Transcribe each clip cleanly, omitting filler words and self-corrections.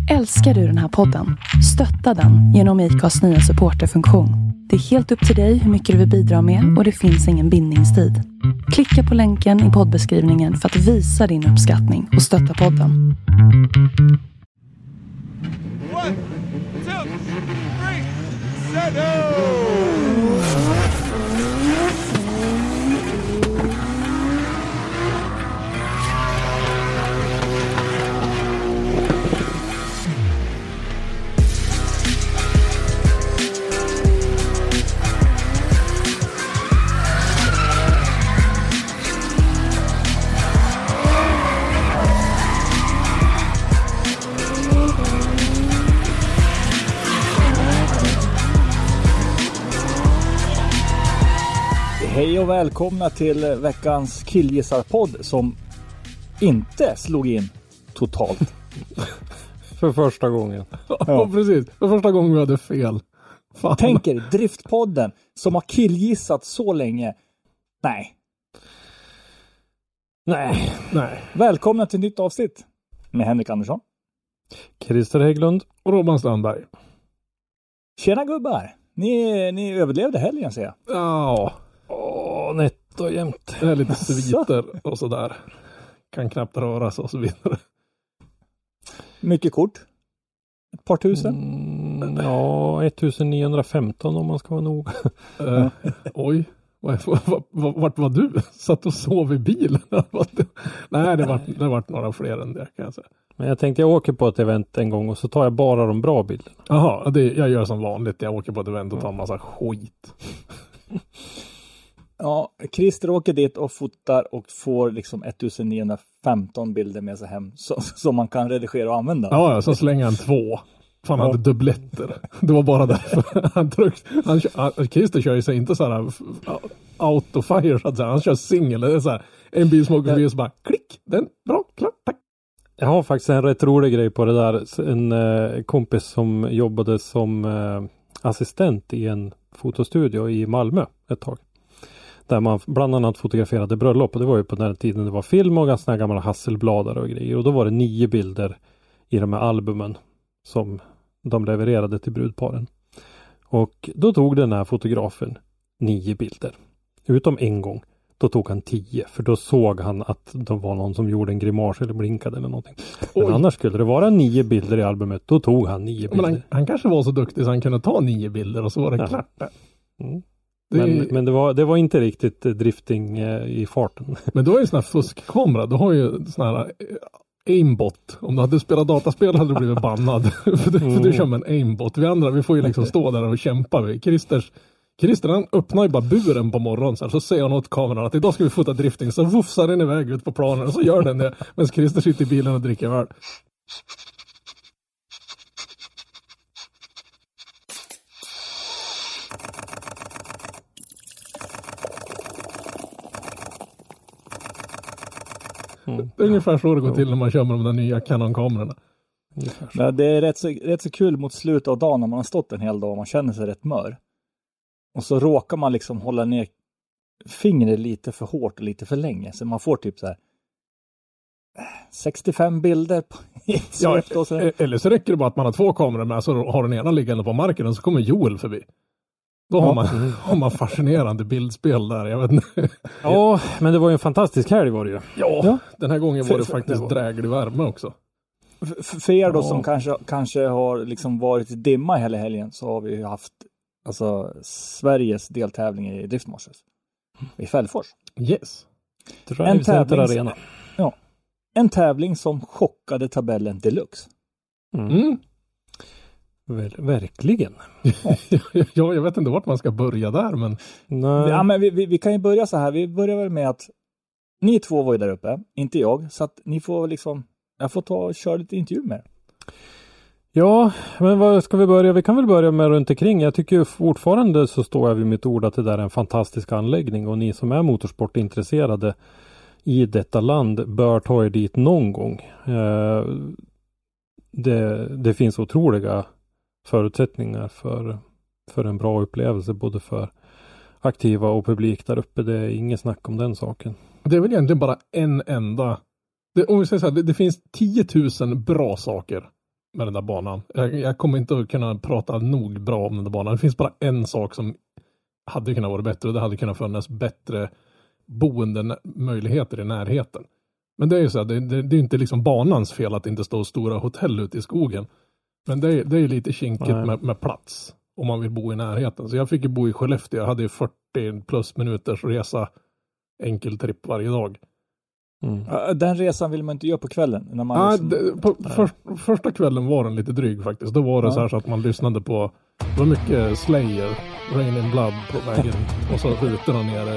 Älskar du den här podden? Stötta den genom IKAs nya supporterfunktion. Det är helt upp till dig hur mycket du vill bidra med och det finns ingen bindningstid. Klicka på länken i poddbeskrivningen för att visa din uppskattning och stötta podden. 1, 2, 3, settle! Hej och välkomna till veckans killgissarpodd som inte slog in totalt. För första gången. Ja, precis. För första gången vi hade fel. Fan. Tänk er, Driftpodden som har killgissat så länge. Nej. Välkomna till nytt avsnitt med Henrik Andersson, Christer Hägglund Och Robban Strandberg. Tjena gubbar. Ni överlevde helgen, ser jag. Ja. nätt och jämnt. Det är lite sviter och sådär. Kan knappt röra sig och så vidare. Mycket kort. Ett par tusen. 1915 om man ska vara nog. Oj. Vart var du? Satt och sov i bilen? Nej, det vart några fler än det, kan jag säga. Men jag tänkte jag åker på ett event en gång och så tar jag bara de bra bilderna. Jaha, jag gör som vanligt. Jag åker på ett event och tar en massa skit. Ja, Christer åker dit och fotar och får liksom 1915 bilder med sig hem som man kan redigera och använda. Ja, så slänger han 2. Fan, han hade dubbletter. Det var bara därför. Christer kör ju sig inte så här autofire så att säga. Han kör single. Det är så här, en bil som åker förbi och så bara klick. Den, bra, klart, tack. Jag har faktiskt en rätt rolig grej på det där. En kompis som jobbade som assistent i en fotostudio i Malmö ett tag. Där man bland annat fotograferade bröllop. Och det var ju på den här tiden det var film och ganska gamla Hasselbladar och grejer. Och då var det 9 bilder i de här albumen som de levererade till brudparen. Och då tog den här fotografen 9 bilder. Utom en gång. Då tog han 10. För då såg han att det var någon som gjorde en grimas eller blinkade eller någonting. Men annars skulle det vara 9 bilder i albumet. Då tog han 9 bilder. Men han kanske var så duktig så han kunde ta 9 bilder och så var det klart där. Mm. Men det var inte riktigt drifting i farten. Men då är ju sån här fuskkamera. Du har ju sån här aimbot. Om du hade spelat dataspel hade du blivit bannad. för du kör med en aimbot. Vi andra, vi får ju liksom stå där och kämpa. Christer han öppnar ju bara buren på morgonen så säger han åt kameran att idag ska vi fota drifting. Så vuffsar den iväg ut på planen och så gör den det. Medan Christer sitter i bilen och dricker öl. Det är ungefär så det går till när man kör med de där nya Canon-kamerorna. Ja, det är rätt så kul mot slutet av dagen när man har stått en hel dag och man känner sig rätt mör. Och så råkar man liksom hålla ner fingret lite för hårt och lite för länge. Så man får typ så här 65 bilder på ett och så. Eller så räcker det bara att man har 2 kameror med så har den ena liggande på marken och så kommer Joel förbi. Då har man fascinerande bildspel där, jag vet inte. Ja, men det var ju en fantastisk helg var det ju. Ja. Den här gången var det faktiskt dräglig värme också. För er då som kanske har liksom varit i dimma hela helgen så har vi ju haft Sveriges deltävling i Driftmasters i Fällfors. Yes. En tävling som chockade tabellen deluxe. Verkligen. Ja, jag vet inte vart man ska börja där, men... Nej. Ja, men vi kan ju börja så här. Vi börjar väl med att ni 2 var ju där uppe, inte jag. Så att ni får liksom... Jag får köra lite intervju med er. Ja, men vad ska vi börja? Vi kan väl börja med runt omkring. Jag tycker ju fortfarande så står jag vid mitt ord att det där är en fantastisk anläggning. Och ni som är motorsportintresserade i detta land bör ta er dit någon gång. Det finns otroliga förutsättningar för en bra upplevelse både för aktiva och publik där uppe. Det är inget snack om den saken. Det är väl egentligen bara en enda... Om vi säger så här, det finns 10 000 bra saker med den där banan. Jag kommer inte att kunna prata nog bra om den där banan. Det finns bara en sak som hade kunnat vara bättre, och det hade kunnat finnas bättre boendemöjligheter i närheten. Men det är ju så här, det är inte liksom banans fel att det inte står stora hotell ute i skogen. Men det är lite kinkigt med plats om man vill bo i närheten. Så jag fick ju bo i Skellefteå. Jag hade ju 40 plus minuters resa enkeltripp varje dag. Den resan vill man inte göra på kvällen. När man första kvällen var den lite dryg faktiskt. Då var det så att man lyssnade på, det var mycket Slayer, Rain in Blood på vägen och så rutorna nere.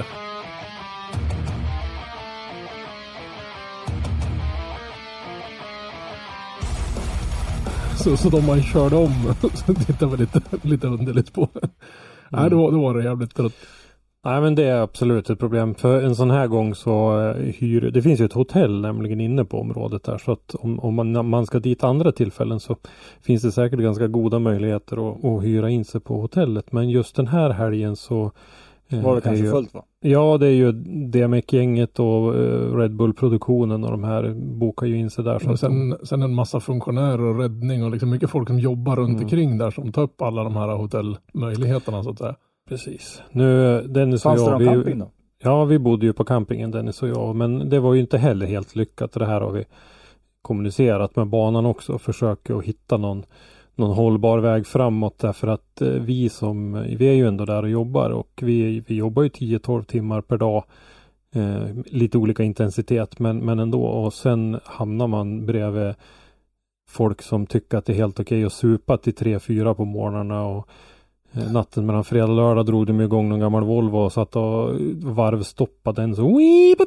Så de man körde om så tittade vi lite underligt på. Nej, då var det jävligt trött. Nej, men det är absolut ett problem. För en sån här gång så det finns ju ett hotell nämligen inne på området där. Så att om man ska dit andra tillfällen så finns det säkert ganska goda möjligheter att hyra in sig på hotellet. Men just den här helgen så var det kanske fullt, va? Ja, det är ju DMX-gänget och Red Bull-produktionen och de här bokar ju in sig där. Och sen en massa funktionärer och räddning och liksom mycket folk som jobbar runt omkring där som tar upp alla de här hotellmöjligheterna så att säga. Precis. Nu Dennis och jag... Fanns det någon camping då? Ja, vi bodde ju på campingen Dennis och jag, men det var ju inte heller helt lyckat. Det här har vi kommunicerat med banan också och försöker att hitta någon hållbar väg framåt, därför att vi är ju ändå där och jobbar, och vi jobbar ju 10-12 timmar per dag, lite olika intensitet men ändå, och sen hamnar man bredvid folk som tycker att det är helt okej att supa till 3-4 på morgnarna, och natten mellan fredag och lördag drog de igång någon gammal Volvo och satt och varvstoppade den så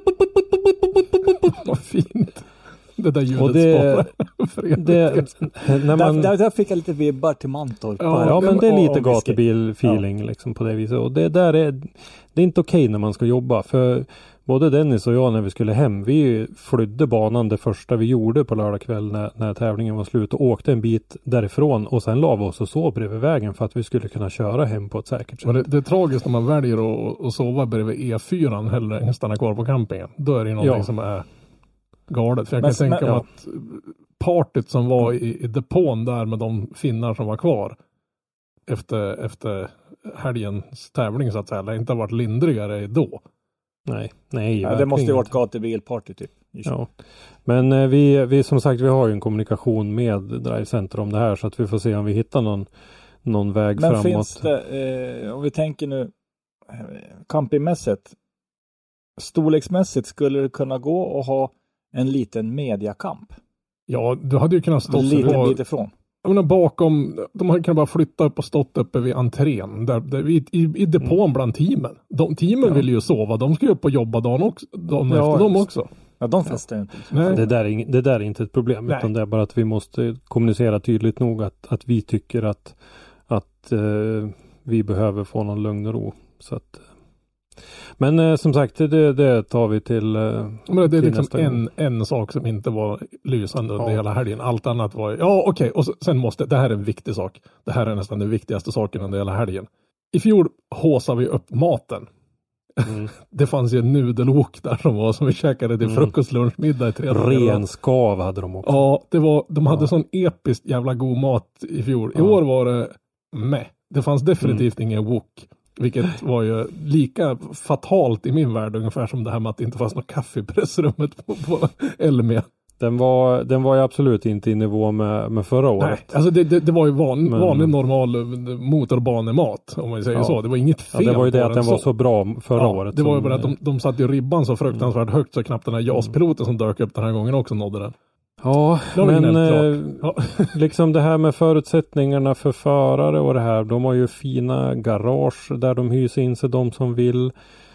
vad fint. Det där ljudet och där fick jag lite vibbar till Mantorp. Ja, men det är lite gatubil-feeling liksom på det viset. Och det är inte okej när man ska jobba. För både Dennis och jag när vi skulle hem, vi flydde banan det första vi gjorde på lördag kväll när tävlingen var slut, och åkte en bit därifrån och sen la vi oss och sov bredvid vägen för att vi skulle kunna köra hem på ett säkert sätt. Det är tragiskt när man väljer att sova bredvid E4 hellre än stanna kvar på campingen. Då är det någonting som är galet. För jag kan tänka mig att partyt som var i depån där med de finnar som var kvar efter helgens tävling så att säga, det inte har varit lindrigare då. Nej, det måste ju varit gatubilparty typ. Ja. Men vi som sagt, vi har ju en kommunikation med Drive Center om det här, så att vi får se om vi hittar någon väg framåt. Men finns det, om vi tänker nu campingmässigt, storleksmässigt, skulle det kunna gå och ha en liten mediakamp? Ja, du hade ju kunnat stå lite ifrån. Jag menar, bakom, de hade kunnat bara flytta upp och stått uppe vid entrén där i depån bland teamen. Teamen vill ju sova, de ska ju upp och jobba dagen efter dem också. Ja, de festar ju inte. Nej. Det där är inte ett problem. Nej. Utan det är bara att vi måste kommunicera tydligt nog att vi tycker att vi behöver få någon lugn och ro. Så att, men som sagt, det tar vi till men det är liksom en sak som inte var lysande under hela helgen. Allt annat var okej. Och sen det här är en viktig sak. Det här är nästan den viktigaste saken under hela helgen. I fjol håsade vi upp maten. Det fanns ju en nudelwok där som vi käkade till frukost, lunch, middag i 3 dagar. Renskav hade de också. Ja, de hade sån episkt jävla god mat i fjol. I år var det det fanns definitivt ingen wok. Vilket var ju lika fatalt i min värld ungefär som det här med att det inte fanns något kaffe i pressrummet på Elmia. Den var ju absolut inte i nivå med förra året. Nej, alltså det var ju vanlig normal motorbanemat om man säger så. Det var inget fel. Ja, det var ju det att den var så bra förra året. Det var ju bara att de satt ju ribban så fruktansvärt högt så knappt den här JAS-piloten som dök upp den här gången också nådde den. Ja, men liksom det här med förutsättningarna för förare och det här, de har ju fina garage där de hyser in sig de som vill.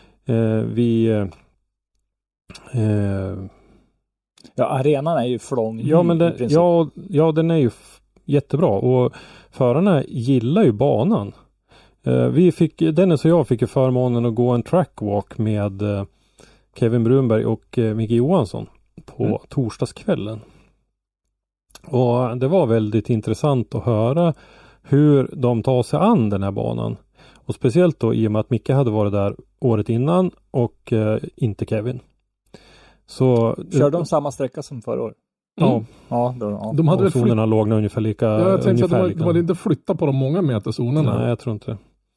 Arenan är ju flång. Ja, men den är ju jättebra, och förarna gillar ju banan. Dennis och jag fick ju förmånen att gå en trackwalk med Kevin Brunberg och Micke Johansson på torsdagskvällen. Och det var väldigt intressant att höra hur de tar sig an den här banan. Och speciellt då i och med att Micke hade varit där året innan och inte Kevin. Så kör de samma sträcka som förra året? Ja, De hade väl zonerna låg ungefär lika. Ja, jag tänkte ungefär att de hade inte flyttat på de många meter zonerna. Nej, jag tror inte det.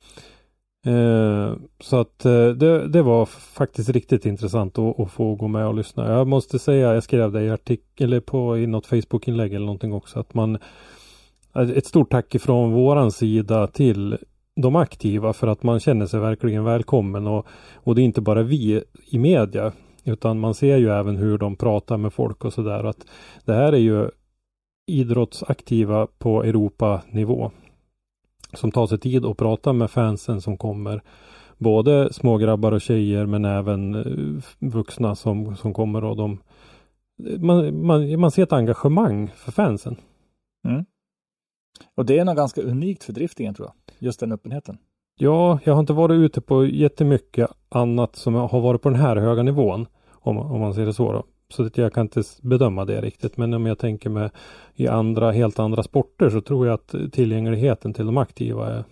Så att det var faktiskt riktigt intressant att få gå med och lyssna. Jag måste säga, jag skrev det i artikel eller i något Facebook-inlägg eller någonting också, att ett stort tack ifrån våran sida till de aktiva för att man känner sig verkligen välkommen och det är inte bara vi i media utan man ser ju även hur de pratar med folk och sådär, att det här är ju idrottsaktiva på Europanivå som tar sig tid att prata med fansen som kommer, både små grabbar och tjejer men även vuxna som kommer och man ser ett engagemang för fansen. Mm. Och det är något ganska unikt för driftingen, tror jag. Just den öppenheten. Ja, jag har inte varit ute på jättemycket annat som har varit på den här höga nivån. Om man ser det så då. Så att jag kan inte bedöma det riktigt. Men om jag tänker mig i helt andra sporter så tror jag att tillgängligheten till de aktiva är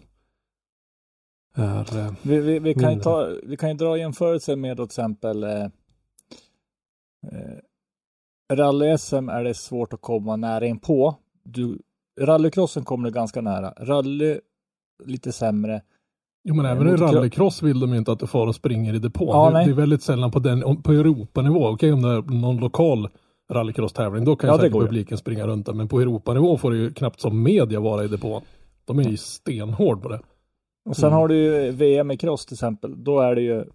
vi kan ju dra jämförelse med till exempel rally-SM är det svårt att komma nära in på. Rallycrossen kommer det ganska nära. Rally lite sämre. Jo, men även i rallycross vill de ju inte att du får och springer i depån. Ja, det är väldigt sällan på Europanivå. Okej, om det är någon lokal rallycross-tävling, då kan ju säkert publiken springa runt där. Men på Europanivå får det ju knappt som media vara i depån. De är ju stenhård på det. Och sen har du ju VM i cross till exempel. Då är det ju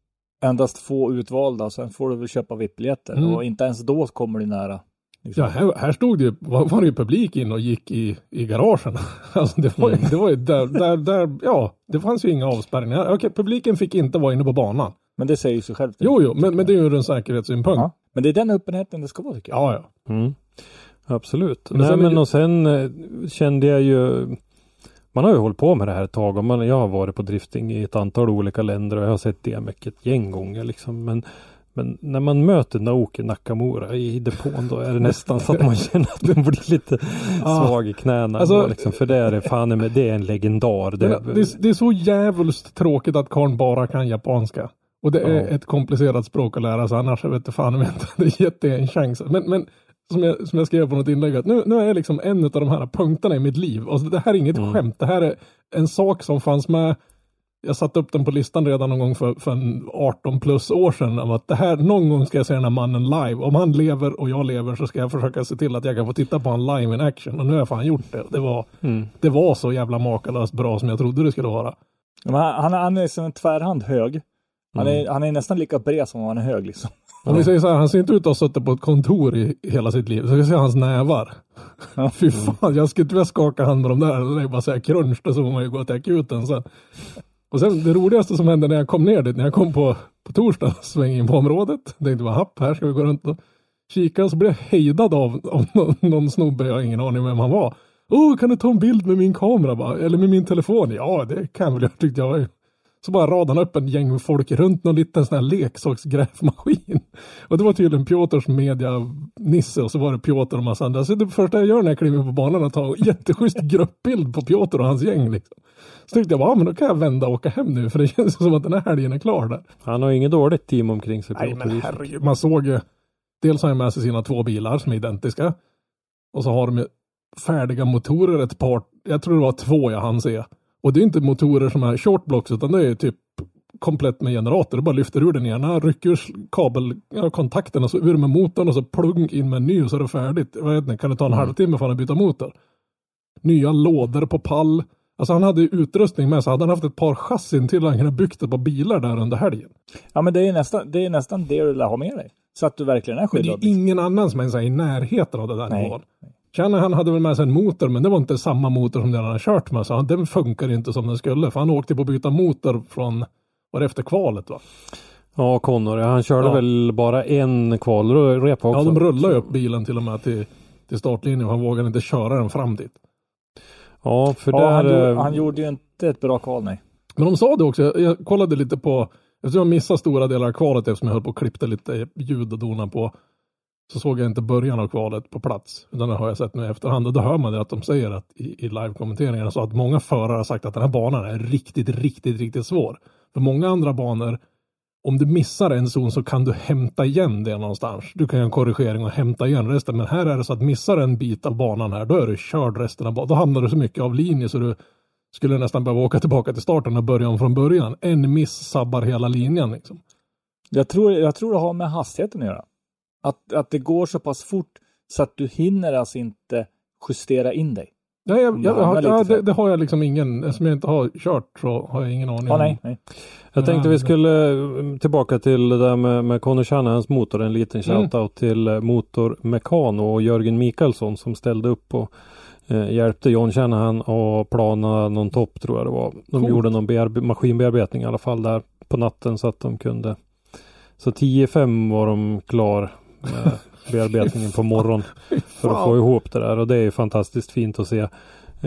endast få utvalda. Sen får du väl köpa VIP-biljetter. Och inte ens då kommer du nära. Liksom. Ja, här stod det ju, var det ju publik in och gick i garagen. Alltså det var ju där, ja, det fanns ju inga avspärrningar. Okej, publiken fick inte vara inne på banan. Men det säger ju sig självt. Jo, men det är ju en säkerhetssynpunkt. Ja, men det är den öppenheten det ska vara, tycker jag. Ja. Mm. Absolut. Och sen kände jag ju, man har ju hållit på med det här ett tag och jag har varit på drifting i ett antal olika länder och jag har sett DMX ett gäng gånger liksom, men när man möter Naoki Nakamura i depån, då är det nästan så att man känner att man blir lite svag i knäna. Alltså, liksom, för det är en legendar. Det är så jävligt tråkigt att karln bara kan japanska. Och det är ett komplicerat språk att lära sig, annars vet jag fan om jag inte hade gett det en chans. Men som jag skrev på något inlägg, att nu är jag liksom en av de här punkterna i mitt liv. Alltså, det här är inget skämt. Det här är en sak som fanns med. Jag satte upp den på listan redan någon gång för 18 plus år sedan, om att det här, någon gång ska jag se den här mannen live. Om han lever och jag lever så ska jag försöka se till att jag kan få titta på han live in action. Och nu har jag fan gjort det. Det var så jävla makalöst bra som jag trodde det skulle vara. Men han är som en tvärhand hög. Han är nästan lika bred som han är hög liksom. Om vi säger så här, han ser inte ut att ha suttit på ett kontor i hela sitt liv. Så jag ska se hans nävar. Ja. Fy fan, jag skulle inte skaka hand med dem där. Det är bara så här crunch, så får man ju gå till akuten sen. Och sen det roligaste som hände när jag kom ner dit, när jag kom på torsdag, sväng in på området. Tänkte bara, här ska vi gå runt och kika. Och så blev jag hejdad av någon snubbe, jag har ingen aning vem han var. Kan du ta en bild med min kamera bara? Eller med min telefon? Ja, det kan väl jag, tyckte jag. Så bara radade upp en gäng folk runt någon liten sån här leksaksgrävmaskin. Och det var tydligen Piotrs media-nisse, och så var det Piotr och massa andra. Så det första jag gör när jag kliver på banan är att ta en jätteschysst gruppbild på Piotr och hans gäng liksom. Så tyckte jag bara, men då kan jag vända och åka hem nu, för det känns som att den här helgen är klar där. Han har inget dåligt team omkring sig. Nej, men herregud, man såg ju, dels har han med sig sina 2 bilar som är identiska. Och så har de färdiga motorer, ett par, jag tror det var 2 jag hann se. Och det är inte motorer som är shortblocks, utan det är typ komplett med generator. Du bara lyfter ur den ena, rycker ur kabelkontakten och så ur med motorn och så plugg in med en ny och så är det färdigt. Jag vet inte, kan det ta en halvtimme för att byta motor? Nya lådor på pall. Alltså han hade utrustning med sig. Hade han haft ett par chassin till, han kunde byggt ett par bilar där under helgen. Ja, men det är nästan det du lär ha med dig. Så att du verkligen är skyddad. Men det är ingen annan som är i närheten av det där nivån. Han hade väl med sig en motor, men det var inte samma motor som den han kört med. Så den funkar inte som den skulle. För han åkte på att byta motor från, var det efter kvalet va? Ja, Connor. Han körde väl bara en kvalrepa också. Ja, de rullade upp bilen till och med till startlinjen. Och han vågade inte köra den fram dit. Ja, för han gjorde ju inte ett bra kval, nej. Men de sa det också. Jag kollade lite på, eftersom jag missade stora delar av kvalet, eftersom jag höll på att klippa lite ljud och dona på, så såg jag inte början av kvalet på plats. Utan det har jag sett nu i efterhand. Och då hör man det att de säger att i live-kommenteringarna så att många förare har sagt att den här banan är riktigt, riktigt, riktigt svår. För många andra banor om du missar en zon så kan du hämta igen det någonstans. Du kan göra en korrigering och hämta igen resten. Men här är det så att missar en bit av banan här, då är du körd resten av banan. Då hamnar du så mycket av linje så du skulle nästan behöva åka tillbaka till starten och börja om från början. En miss sabbar hela linjen liksom. Jag tror det har med hastigheten att göra. Att det går så pass fort så att du hinner alltså inte justera in dig. Det har jag liksom ingen, som jag inte har kört så har jag ingen aning om. Nej. Jag tänkte vi skulle tillbaka till det där med Conor Shanahans motor, en liten shoutout till Motor Mekano och Jörgen Mikaelsson som ställde upp och hjälpte John Shanahan och plana någon topp tror jag det var. De gjorde någon maskinbearbetning i alla fall där på natten så att de kunde. Så 10-5 var de klar med bearbetningen på morgon för att få ihop det där och det är fantastiskt fint att se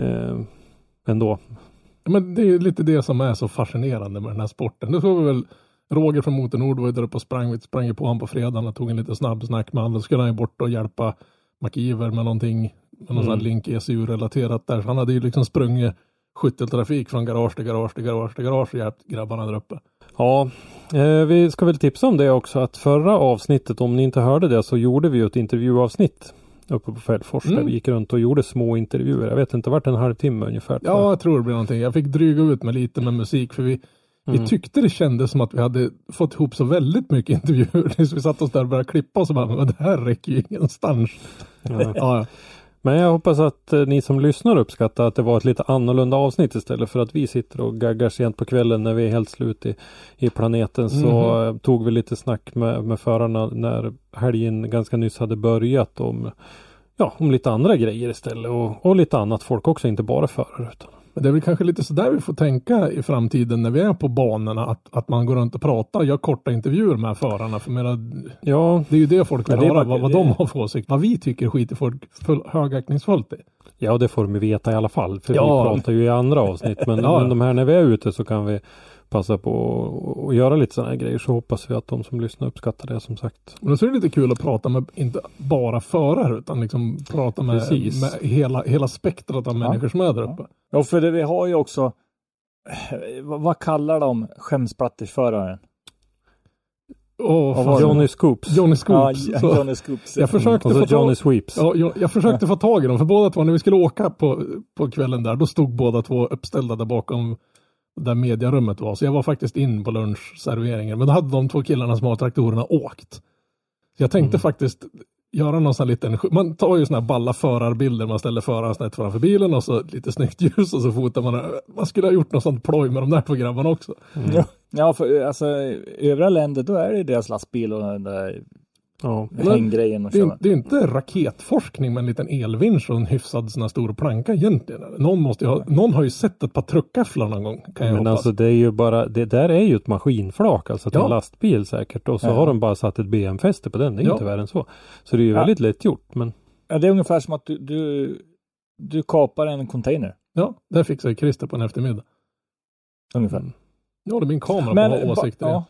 ändå. Men det är lite det som är så fascinerande med den här sporten. Det såg vi väl Roger från Motor Nord var ju där uppe och sprang på han på fredagen och tog en lite snabb snack med honom. Då skulle han ju bort och hjälpa McIver med någonting, med någon sån här Link ECU-relaterat där. Så han hade ju liksom sprungit skytteltrafik från garage till garage och hjälpt grabbarna där uppe. Ja, vi ska väl tipsa om det också att förra avsnittet, om ni inte hörde det, så gjorde vi ett intervjuavsnitt uppe på Fällfors där vi gick runt och gjorde små intervjuer. Jag vet inte, vart en halvtimme ungefär. Ja, jag tror det blir någonting. Jag fick dryga ut med lite med musik för vi tyckte det kändes som att vi hade fått ihop så väldigt mycket intervjuer. Så vi satt oss där och började klippa och så bara, men det här räcker ju ingenstans. Ja. Men jag hoppas att ni som lyssnar uppskattar att det var ett lite annorlunda avsnitt istället för att vi sitter och gaggar sent på kvällen när vi är helt slut i planeten. Så tog vi lite snack med förarna när helgen ganska nyss hade börjat om lite andra grejer istället och lite annat folk också, inte bara förare utan. Men det är väl kanske lite så där vi får tänka i framtiden när vi är på banorna att man går runt och pratar, gör korta intervjuer med förarna för det är ju det folk vill höra, vad de har för åsikt, vad vi tycker skiter folk högaktningsfullt i. Ja, det får de veta i alla fall, för vi pratar ju i andra avsnitt men de här när vi är ute så kan vi passa på att göra lite sådana här grejer, så hoppas vi att de som lyssnar uppskattar det som sagt. Men så är det lite kul att prata med inte bara förare utan liksom prata med hela spektrat av människor som är där uppe. Ja, för det vi har ju också, vad kallar de skämsplattersföraren? Johnny Scoops. Johnny Scoops. Ja, Johnny Scoops. Jag försökte Johnny Sweeps. Jag försökte få tag i dem för båda två när vi skulle åka på kvällen där, då stod båda två uppställda där bakom där mediarummet var. Så jag var faktiskt in på lunchserveringen. Men då hade de två killarna som har traktorerna åkt. Så jag tänkte faktiskt göra någon sån liten... Man tar ju såna här balla förarbilder. Man ställer föraren snett framför bilen och så lite snyggt ljus och så fotar man. Man skulle ha gjort något sånt ploj med de där två grabbarna också. Ja, för alltså i övriga länder då är det deras lastbil och den där hänggrejen. Och det är inte raketforskning med en liten elvinsch och en hyfsad sån här stor planka egentligen. Någon har ju sett ett par truckafflar någon gång, kan jag hoppas. Alltså det är ju bara, det där är ju ett maskinflak, alltså till en lastbil säkert. Och så har de bara satt ett BM-fäste på den, det är inte värre än så. Så det är ju väldigt lätt gjort. Men... Ja, det är ungefär som att du kapar en container. Ja, där fixar ju Christer på en eftermiddag. Ungefär. Ja, det är min kamera på åsikter.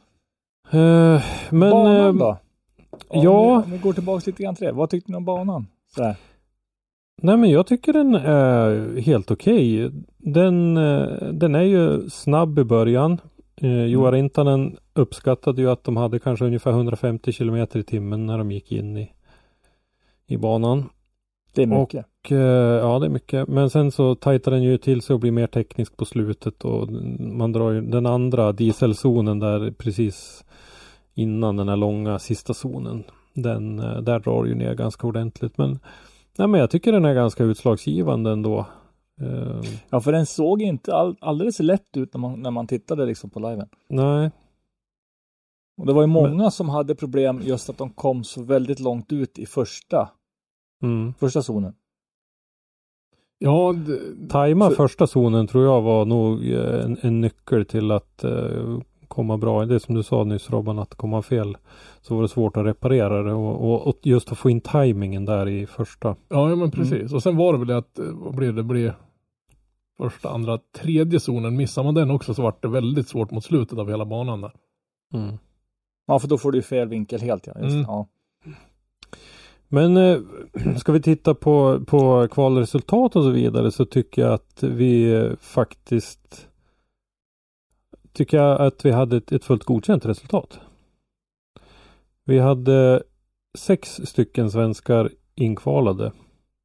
Men banan då? Ja. Vi går tillbaka lite grann till det. Vad tyckte ni om banan? Så. Nej, men jag tycker den är helt okej. Den är ju snabb i början. Joa Rintanen uppskattade ju att de hade kanske ungefär 150 km i timmen när de gick in i banan. Det är mycket. Ja, det är mycket. Men sen så tajtar den ju till sig och blir mer teknisk på slutet. Och man drar ju den andra dieselzonen där precis innan den här långa sista zonen. Där drar ju ner ganska ordentligt. Men jag tycker den är ganska utslagsgivande ändå. Ja, för den såg inte alldeles lätt ut när man tittade liksom på liven. Nej. Och det var ju många som hade problem just att de kom så väldigt långt ut i första zonen. Ja, tajma första zonen tror jag var nog en nyckel till att komma bra. Det är som du sa nyss Robban, att komma fel så var det svårt att reparera det och just att få in tajmingen där i första. Ja, men precis. Och sen var det väl att det blev första, andra, tredje zonen. Missar man den också så var det väldigt svårt mot slutet av hela banan där. Ja, för då får du fel vinkel helt. Ja. Men ska vi titta på kvalresultat och så vidare, så tycker jag att vi faktiskt tycker jag att vi hade ett fullt godkänt resultat. Vi hade 6 stycken svenskar inkvalade.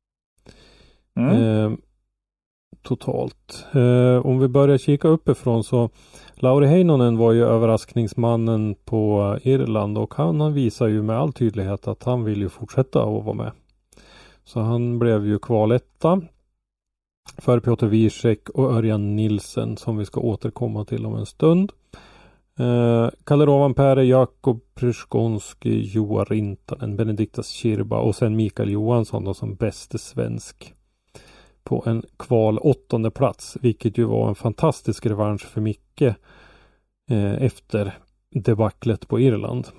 Totalt. Om vi börjar kika uppifrån så Lauri Heinonen var ju överraskningsmannen på Irland och han visar ju med all tydlighet att han vill ju fortsätta att vara med. Så han blev ju kvaletta för Piotr Wiesek och Örjan Nilsen som vi ska återkomma till om en stund. Kalle Rovanperä, Jakob Pryskonski, Joa Rintanen, Benediktas Kirba och sen Mikael Johansson då som bäste svensk på en kval 8:e plats, vilket ju var en fantastisk revansch för Micke efter debaclet på Irland.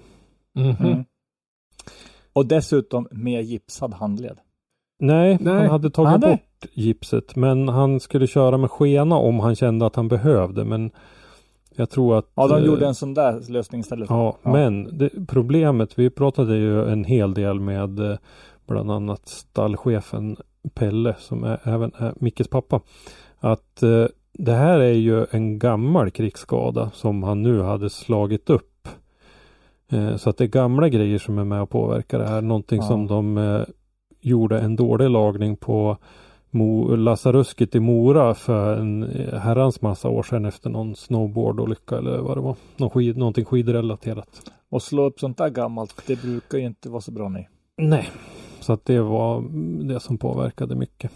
Och dessutom med gipsad handled. Nej, han hade tagit bort gipset, men han skulle köra med skena om han kände att han behövde, men jag tror att... Ja, de gjorde en sån där lösning istället. Ja, men problemet, vi pratade ju en hel del med bland annat stallchefen Pelle som även är Mickes pappa, att det här är ju en gammal krigsskada som han nu hade slagit upp. Så att det är gamla grejer som är med och påverkar det här. Någonting som de gjorde en dålig lagning på Lasarusket i Mora för en herrans massa år sedan efter någon snowboardolycka eller vad det var. Någonting skidrelaterat. Och slå upp sånt där gammalt, det brukar ju inte vara så bra Nej, så att det var det som påverkade mycket.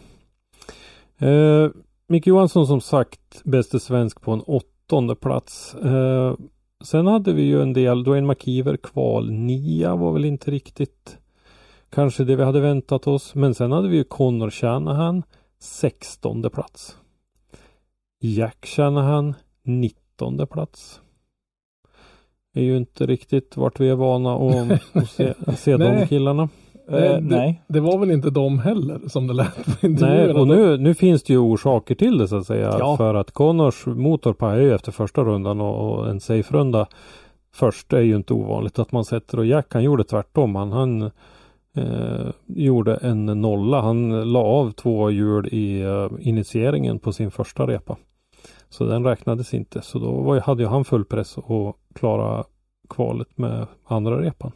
Micke Johansson som sagt bäste svensk på en 8:e plats. Sen hade vi ju en del, Dwayne McKeever kval 9 var väl inte riktigt kanske det vi hade väntat oss. Men sen hade vi ju Connor Shanahan 16:e plats. Jack Shanahan 19:e plats. Det är ju inte riktigt vart vi är vana att se de killarna. Nej. Det var väl inte de heller som det lät på intervjuerna. Nej, och nu finns det ju orsaker till det så att säga. Ja. För att Connors motor pajade ju efter första rundan och en safe-runda först är ju inte ovanligt att man sätter, och Jack han gjorde tvärtom. Han gjorde en 0. Han la av 2 hjul i initieringen på sin första repa. Så den räknades inte. Så då hade ju han full press och klara kvalet med andra repan.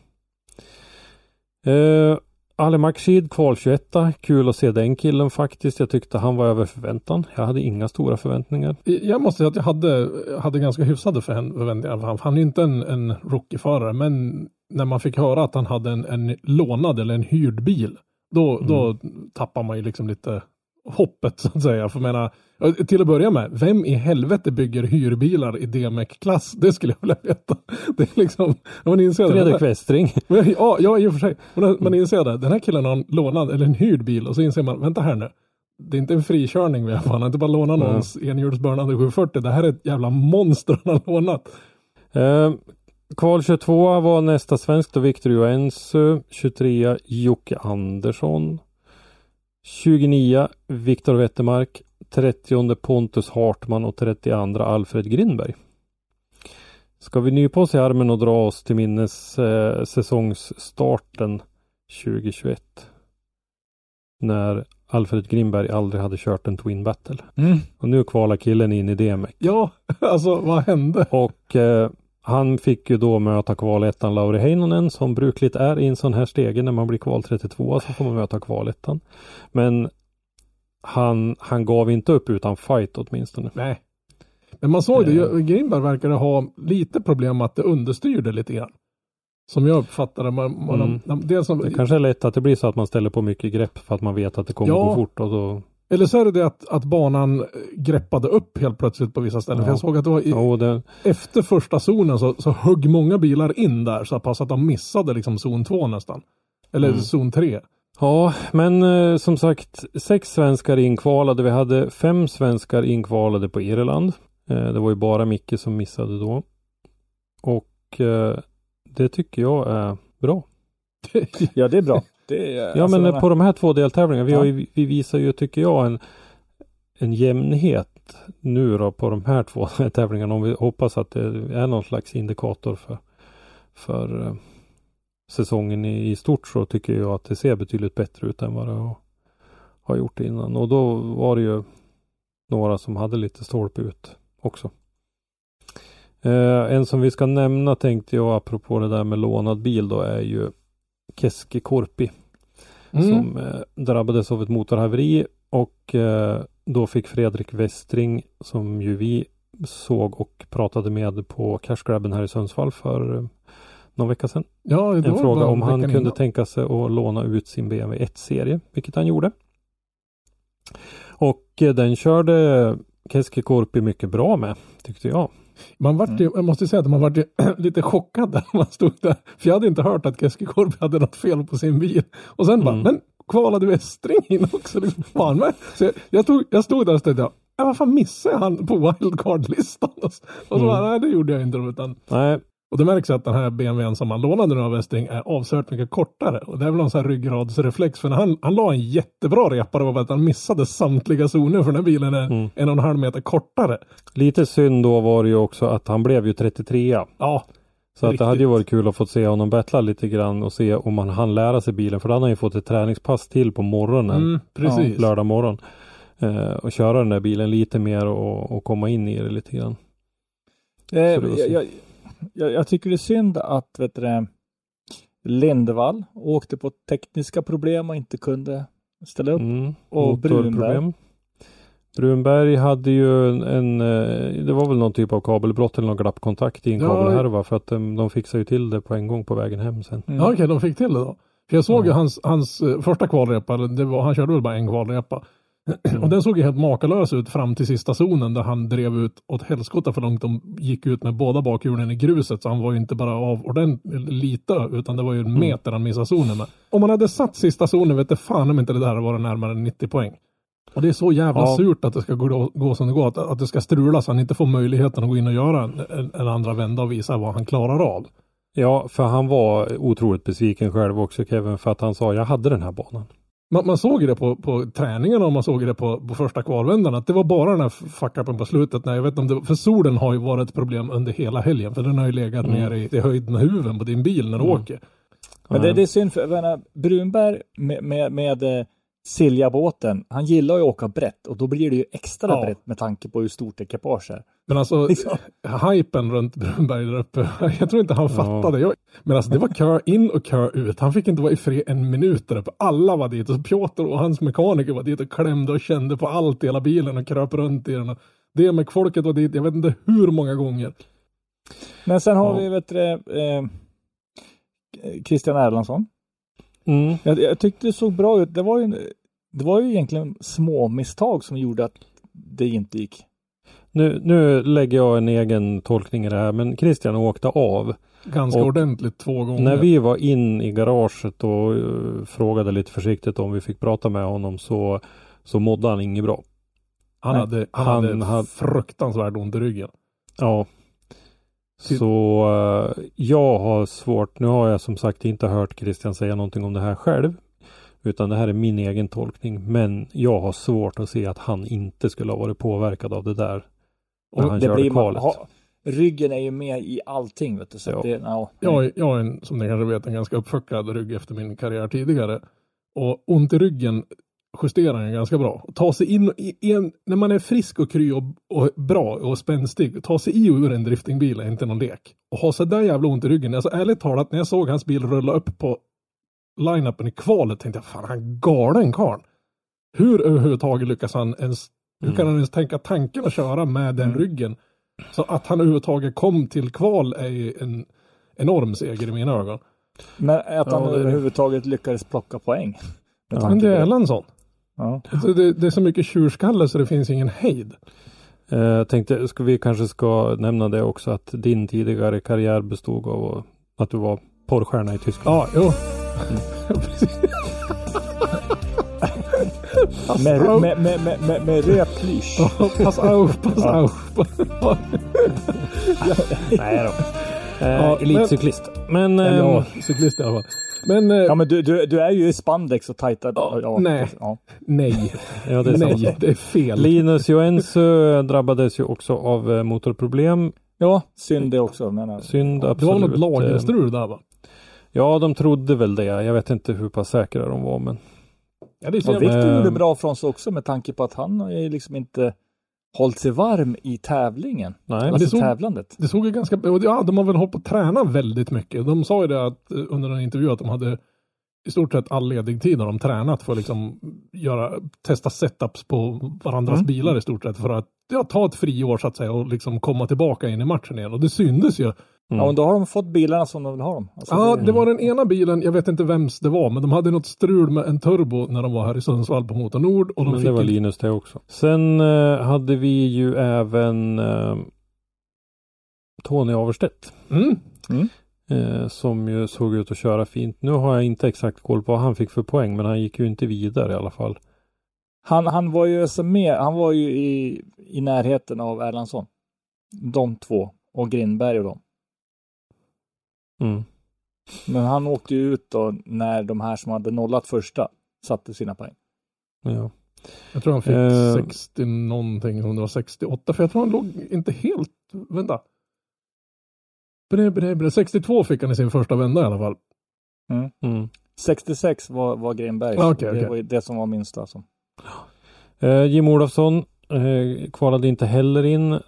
Ali Makshid kval 21. Kul att se den killen faktiskt. Jag tyckte han var över förväntan. Jag hade inga stora förväntningar. Jag måste säga att jag hade ganska hyfsade förväntningar. Han är inte en rookie-förare, men när man fick höra att han hade en lånad eller en hyrd bil, då tappar man ju liksom lite hoppet så att säga. För menar, till att börja med, vem i helvete bygger hyrbilar i DMEC-klass? Det skulle jag vilja veta. Det är liksom, man inser Fredrik Westring. Ja, i och för sig. Man inser det. Den här killen har en lånad eller en hyrd bil och så inser man, vänta här nu. Det är inte en frikörning vi har. Han har inte bara lånat någons enhjulsburnande 740. Det här är ett jävla monster han har lånat. Kval 22 var nästa svensk då Victor Joensuu, 23 Jocke Andersson, 29 Viktor Wettermark, 30 Pontus Hartman och 32 Alfred Grindberg. Ska vi nypa oss i armen och dra oss till minnes säsongsstarten 2021 när Alfred Grindberg aldrig hade kört en Twin Battle. Och nu kvalar killen in i DMEC. Ja, alltså vad hände? Och han fick ju då möta kvalettan Lauri Heinonen som brukligt är i en sån här stege när man blir kval 32 så får man möta kvalettan. Men han gav inte upp utan fight åtminstone. Nej. Men man såg det, Grindberg verkade ha lite problem att det understyrde lite grann. Som jag uppfattade det kanske är lätt att det blir så att man ställer på mycket grepp för att man vet att det kommer gå fort och så. Eller så är det att banan greppade upp helt plötsligt på vissa ställen. För jag såg att det var efter första zonen så högg många bilar in där så pass att de missade liksom zon 2 nästan. Eller zon 3. Ja, men som sagt 6 svenskar inkvalade. Vi hade 5 svenskar inkvalade på Irland. Det var ju bara Micke som missade då. Och det tycker jag är bra. Ja, det är bra. Men på de här 2 deltävlingarna, vi visar ju tycker jag en jämnhet nu då på de här 2 tävlingarna. Om vi hoppas att det är någon slags indikator för säsongen i stort, så tycker jag att det ser betydligt bättre ut än vad det har gjort innan. Och då var det ju några som hade lite stolpe ut också. En som vi ska nämna tänkte jag apropå det där med lånad bil då är ju Keskikorpi som drabbades av ett motorhaveri och då fick Fredrik Westring som ju vi såg och pratade med på Cashgrabben här i Sundsvall för någon vecka sedan. Ja, en fråga om han kunde innan. tänka sig att låna ut sin BMW 1-serie, vilket han gjorde. Och den körde Keskikorpi mycket bra med, tyckte jag. Man vart ju, jag måste säga att man vart ju lite chockad när man stod där. För jag hade inte hört att Keskikorpi hade något fel på sin bil. Och sen bara, men kvalade Westring in också? Liksom, fan med. Så jag stod där och tänkte, vad fan missade han på wildcard-listan? Och så nej, det gjorde jag inte. Utan, nej. Och det märks att den här BMWn som han lånade nu av Westring är avsevärt mycket kortare. Och det är väl någon sån här ryggradsreflex. För när han la en jättebra repare av att han missade samtliga zoner. För den här bilen är 1,5 meter kortare. Lite synd då var det ju också att han blev ju 33. Ja. Så att det hade ju varit kul att få se honom battla lite grann och se om han lära sig bilen. För då hade han ju fått ett träningspass till på morgonen. Precis. Lördag morgon. Och köra den där bilen lite mer och komma in i det lite grann. Jag tycker det är synd att Lindvall åkte på tekniska problem och inte kunde ställa upp. Och Brunberg hade ju det var väl någon typ av kabelbrott eller någon glappkontakt i en kabelhärva för att de fixade ju till det på en gång på vägen hem sen. Ja, okej, de fick till det då. För jag såg ju hans första kvalrepa, han körde väl bara en kvalrepa. Och den såg ju helt makalös ut fram till sista zonen där han drev ut åt helskotta för långt de gick ut med båda bakhjulen i gruset. Så han var ju inte bara av ordentligt lite utan det var ju en meter han missade zonen med. Om man hade satt sista zonen vet det fan om inte det där var närmare 90 poäng. Och det är så jävla surt att det ska gå som det går. Att det ska strula så han inte får möjligheten att gå in och göra en andra vända och visa vad han klarar av. Ja, för han var otroligt besviken själv också, Kevin, för att han sa jag hade den här banan. Man såg ju det på träningen och man såg ju det på första kvalvändan att det var bara den här fuck-upen på slutet. Nej, jag vet inte för solen har ju varit ett problem under hela helgen för den har ju legat ner i höjden av huven på din bil när du åker. Men det är synd för Brunberg med Silja-båten, han gillar ju att åka brett och då blir det ju extra brett med tanke på hur stort ekipage är. Men alltså, hypen runt Brunberg där uppe, jag tror inte han fattade. Men alltså, det var kö in och kö ut. Han fick inte vara i fred en minut där uppe. Alla var dit och Piotr och hans mekaniker var dit och klämde och kände på allt i hela bilen och kröp runt i den. Och det med folket var dit, jag vet inte hur många gånger. Men sen har vi, Christian Erlandsson. Jag tyckte det såg bra ut. Det var ju egentligen små misstag som gjorde att det inte gick. Nu lägger jag en egen tolkning i det här, men Christian åkte av. Ganska ordentligt 2 gånger. När vi var in i garaget och frågade lite försiktigt om vi fick prata med honom så mådde han inget bra. Han hade fruktansvärt ont i ryggen. Ja. Så jag har svårt, nu har jag som sagt inte hört Christian säga någonting om det här själv. Utan det här är min egen tolkning. Men jag har svårt att se att han inte skulle ha varit påverkad av det där. När han körde kvalet. Ryggen är ju med i allting. Vet du, så jag är en, som ni kanske vet, en ganska uppfuckad rygg efter min karriär tidigare. Och ont i ryggen justerar den ganska bra. Ta sig in när man är frisk och kry och bra och spänstig. Ta sig ur en driftingbil är inte någon lek. Och ha så där jävla ont i ryggen. Alltså ärligt talat, när jag såg hans bil rulla upp på line-upen i kvalet tänkte jag, fan han galen karl. Hur överhuvudtaget lyckas han ens, hur kan han ens tänka tanken att köra med den ryggen? Så att han överhuvudtaget kom till kval är en enorm seger i mina ögon. Men att han överhuvudtaget lyckades plocka poäng. Men det är Erlandsson. Ja. Det är så mycket tjurskalle så det finns ingen hejd. Tänkte, vi kanske ska nämna det också att din tidigare karriär bestod av att du var porrstjärna i Tyskland. Ja, jo. Med röplysch. Pass auf. Nej då. Elitcyklist. Men cyklist i alla fall. Men men du är ju i spandex och tajtad. Nej. Ja, det är nej, det är fel. Linus Joensuu drabbades ju också av motorproblem. Ja, synd det också. Synd, absolut. Det var något lagerstrul där, va? Ja, de trodde väl det. Jag vet inte hur pass säkra de var, men... Ja, det är Victor gjorde bra från sig också med tanke på att han är liksom inte hållit sig varm i tävlingen. Nej, alltså tävlandet. Det såg ju ganska... Ja, de har väl hållit på att träna väldigt mycket. De sa ju det att under en intervju att de hade i stort sett all ledig tid har de tränat för att liksom testa setups på varandras bilar i stort sett för att ta ett friår så att säga och liksom komma tillbaka in i matchen igen. Och det syndes ju. Ja, men då har de fått bilarna som de vill ha dem. Alltså det var den ena bilen, jag vet inte vems det var, men de hade något strul med en turbo när de var här i Sundsvall på Motor Nord. Och men det var Linus det också. Sen hade vi ju även Tony Averstedt. Som ju såg ut att köra fint. Nu har jag inte exakt koll på vad han fick för poäng, men han gick ju inte vidare i alla fall. Han var ju han var ju i närheten av Erlandsson. De två. Och Grindberg och dem. Men han åkte ju ut då när de här som hade nollat första satte sina poäng. Ja. Jag tror han fick 60 någonting, om det var 68. För jag tror han låg inte helt... Vänta. 62 fick han i sin första vända i alla fall. 66 var Grindberg. Okay. Det var det som var minst alltså. Jim Olofsson kvalade inte heller in.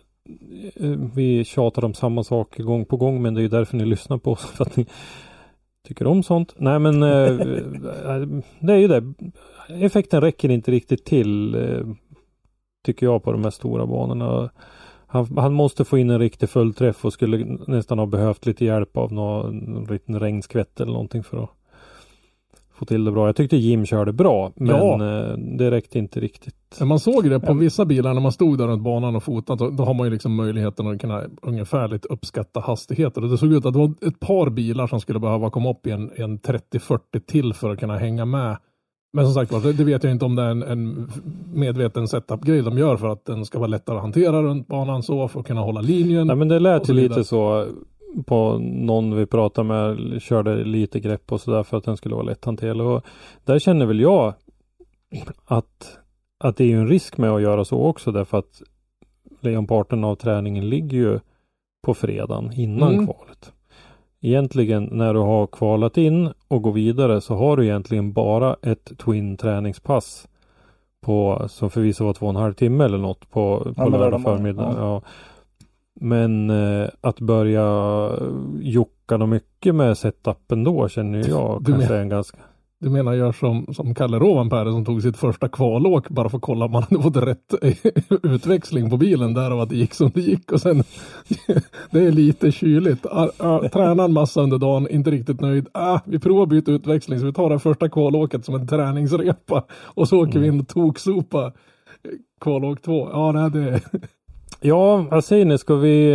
Vi tjatar om samma sak gång på gång, men det är ju därför ni lyssnar på oss, för att ni tycker om sånt. Nej, men det är ju det. Effekten räcker inte riktigt till, tycker jag, på de här stora banorna. Han måste få in en riktig fullträff och skulle nästan ha behövt lite hjälp av någon liten regnskvätt eller någonting för att få till det bra. Jag tyckte Jim körde bra, men det räckte inte riktigt. Men man såg det på vissa bilar när man stod där runt banan och fotade, då har man ju liksom möjligheten att kunna ungefärligt uppskatta hastigheter. Och det såg ut att det var ett par bilar som skulle behöva komma upp i en 30-40 till för att kunna hänga med. Men som sagt, det vet jag inte om det är en medveten setup-grej de gör för att den ska vara lättare att hantera runt banan så, för att kunna hålla linjen. Nej, men det lät ju lite så på någon vi pratade med, körde lite grepp och sådär för att den skulle vara lätthanterlig. Och där känner väl jag att det är ju en risk med att göra så också, därför att lejonparten av träningen ligger ju på fredagen innan kvalet. Egentligen när du har kvalat in och går vidare så har du egentligen bara ett twin träningspass som för vissa var 2,5 timme eller något på lördag förmiddag. Ja. Men att börja jocka mycket med setupen då känner jag kanske är en ganska... Du menar gör som Kalle Rovanperä som tog sitt första kvalåk bara för att kolla om man hade fått rätt utväxling på bilen där och att det gick som det gick, och sen det är lite kyligt. Träna en massa under dagen, inte riktigt nöjd. Vi provar att byta utväxling så vi tar det första kvalåket som en träningsrepa och så åker vi in och toksopa kvalåk 2. Ja, det Ja, vad säger ni? Ska vi...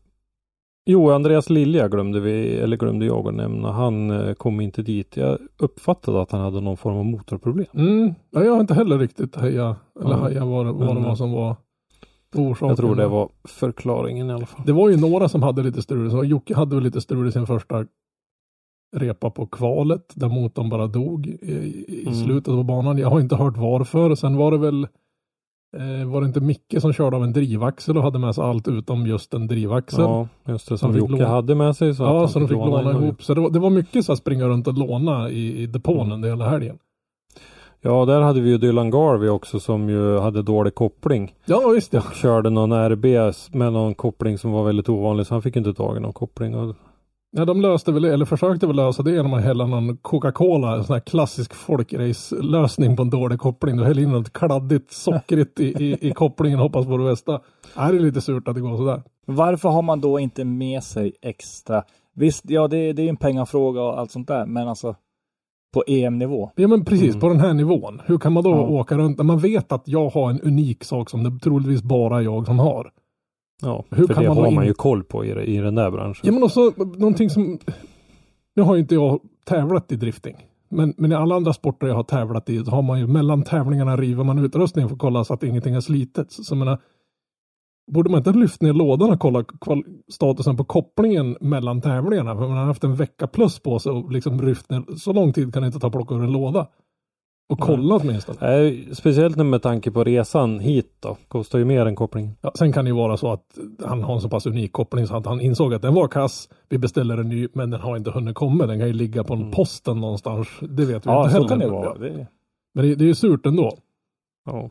Andreas Lilja glömde jag att nämna. Han kom inte dit. Jag uppfattade att han hade någon form av motorproblem. Ja, jag har inte heller riktigt haja vad det var som var orsaken. Jag tror det var förklaringen i alla fall. Det var ju några som hade lite strul. Så Jocke hade väl lite strul i sin första repa på kvalet. Där motorn bara dog i slutet av banan. Jag har inte hört varför. Sen var det väl... var det inte Micke som körde av en drivaxel och hade med sig allt utom just en drivaxel? Ja, just det, som Jocke hade med sig. Så de fick låna ihop. Så det var mycket så att springa runt och låna i depån under hela helgen. Ja, där hade vi ju Dylan Garvey också som ju hade dålig koppling. Ja, visst ja. Och körde någon RBS med någon koppling som var väldigt ovanlig, så han fick inte tag i någon koppling. Ja, de löste väl, eller försökte väl lösa det genom att hälla någon Coca-Cola, en sån här klassisk folkrace-lösning på en dålig koppling. Du häller in något kladdigt sockrigt i kopplingen och hoppas på det bästa. Det är lite surt att det går sådär. Varför har man då inte med sig extra? Visst, ja det är en pengafråga och allt sånt där, men alltså på EM-nivå. Ja, men precis, på den här nivån. Hur kan man då åka runt när man vet att jag har en unik sak som det troligtvis bara jag som har? Ja, hur för kan det man har man ju koll på i den där branschen. Ja, men också någonting som... Nu har ju inte jag tävlat i drifting. Men i alla andra sporter jag har tävlat i så har man ju mellan tävlingarna river man utrustningen för att kolla så att ingenting har slitits. Så menar, borde man inte lyfta ner lådan och kolla statusen på kopplingen mellan tävlingarna? För man har haft en vecka plus på sig och liksom lyft ner. Så lång tid kan det inte ta plocka ur en låda. Och kolla åtminstone. Speciellt med tanke på resan hit då. Kostar ju mer än kopplingen. Ja, sen kan det ju vara så att han har en så pass unik koppling så att han insåg att den var kass. Vi beställer en ny, men den har inte hunnit komma. Den kan ju ligga på en posten någonstans. Det vet vi inte heller. Ja, så kan det vara. Men det är ju surt ändå. Ja.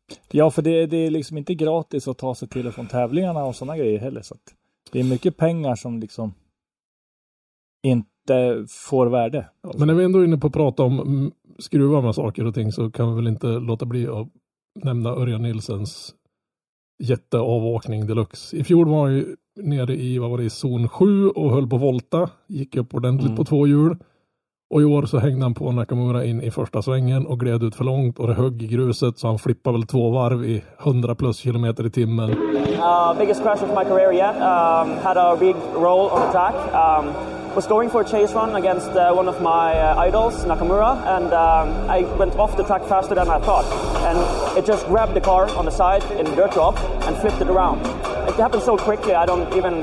Ja, för det är liksom inte gratis att ta sig till och från tävlingarna och sådana grejer heller. Så att det är mycket pengar som liksom inte får värde. Men när vi ändå är inne på att prata om skruva med saker och ting, så kan vi väl inte låta bli att nämna Örjan Nilsens jätteavåkning deluxe. I fjol var han ju nere i zon 7 och höll på volta. Gick upp ordentligt på 2 hjul. Och i år så hängde han på Nakamura in i första svängen och gled ut för långt och det högg i gruset, så han flippade väl 2 varv i 100+ kilometer i timmen. Biggest crash of my career yet. Had a big roll on the track. Was going for a chase run against one of my idols, Nakamura, and I went off the track faster than I thought. And it just grabbed the car on the side in the dirt drop and flipped it around. It happened so quickly, I don't even,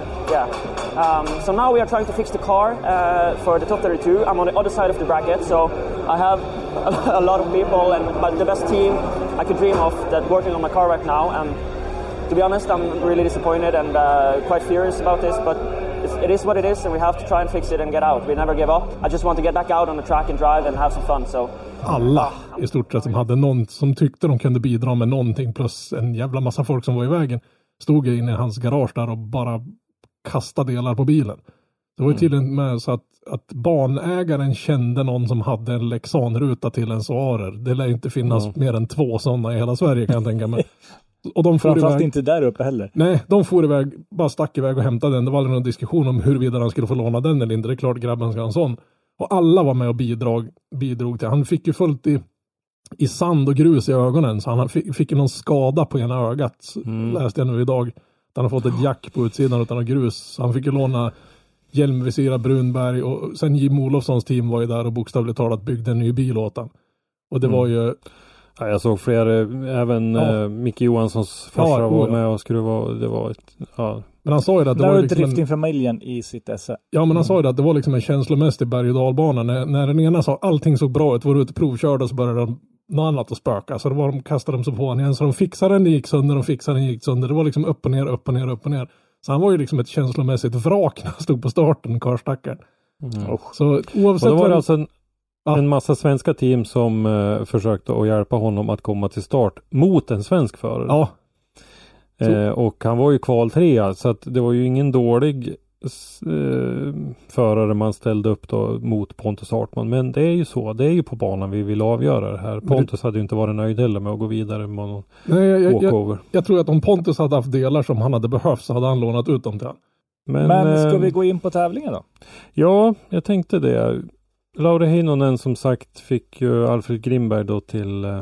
so now we are trying to fix the car for the top 32. I'm on the other side of the bracket, so I have a lot of people and the best team I could dream of that working on my car right now. And to be honest, I'm really disappointed and quite furious about this, but it is what it is, and we have to try and fix it and get out. We never give up. I just want to get back out on the track and drive and have some fun. So alla i stort sett som hade någon som tyckte de kunde bidra med någonting, plus en jävla massa folk som var i vägen, stod inne i hans garage där och bara kastade delar på bilen. Det var ju tydligen med så att banägaren kände någon som hade en Lexan-ruta till en Soarer. Det lär inte finnas mer än 2 sådana i hela Sverige, kan jag tänka mig. Och de får framförallt inte där uppe heller. Nej, de får iväg, bara stack iväg och hämtade den. Det var aldrig någon diskussion om huruvida han skulle få låna den eller inte. Det är klart grabben ska ha en sån. Och alla var med och bidrog till. Han fick ju fullt i sand och grus i ögonen. Så han fick ju någon skada på ena ögat. Läste jag nu idag. Han har fått ett jack på utsidan utan grus. Så han fick ju låna hjälmvisira Brunberg. Och sen Jim Olofssons team var ju där och bokstavligt talat byggde en ny bil åt han. Och det var ju... Ja, jag såg fler, även Micke Johanssons farsa var med och skruvade. Det var Men han sa ju att det var liksom driftingfamiljen i sitt esse. Ja, men han sa ju att det var liksom en känslomässig berg- och dalbana. När den ena sa allting såg bra ut, var ute och provkörde, så började de något annat att spöka. Så de kastade dem så på honom igen. Så de fixade den, det gick sönder, de fixade den, gick sönder. Det var liksom upp och ner, upp och ner, upp och ner. Så han var ju liksom ett känslomässigt vrak när han stod på starten, karstackaren. Så oavsett... Och då var det alltså en massa svenska team som försökte att hjälpa honom att komma till start mot en svensk förare. Ja. Och han var ju kval 3, så att det var ju ingen dålig förare man ställde upp då mot Pontus Hartman. Men det är ju så, det är ju på banan vi vill avgöra det här. Pontus hade ju inte varit nöjd heller med att gå vidare med någon walkover. Jag tror att om Pontus hade haft delar som han hade behövt, så hade han lånat ut dem till han. Men ska vi gå in på tävlingen då? Ja, jag tänkte det. Lauri Heinonen som sagt fick ju Alfred Grimberg då till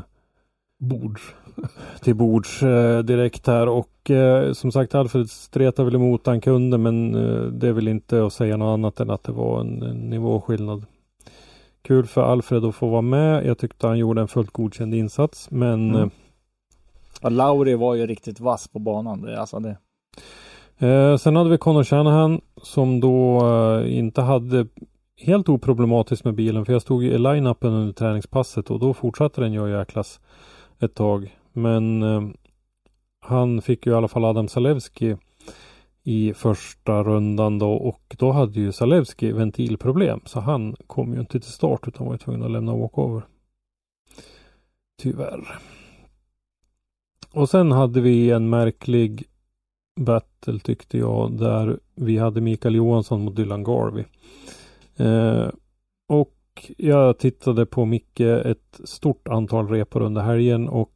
bords direkt här, och som sagt Alfred stretade väl emot han kunde, men det är väl inte att säga något annat än att det var en nivåskillnad. Kul för Alfred att få vara med. Jag tyckte han gjorde en fullt godkänd insats, men Lauri var ju riktigt vass på banan. Sen hade vi Conor Shanahan som då inte hade helt oproblematiskt med bilen, för jag stod i line-upen under träningspasset och då fortsatte den ju jäklas ett tag. Men han fick ju i alla fall Adam Zalewski i första rundan då, och då hade ju Zalewski ventilproblem, så han kom ju inte till start utan var ju tvungen att lämna walkover. Tyvärr. Och sen hade vi en märklig battle tyckte jag, där vi hade Mikael Johansson mot Dylan Garvey. Och jag tittade på Micke ett stort antal repor under helgen, och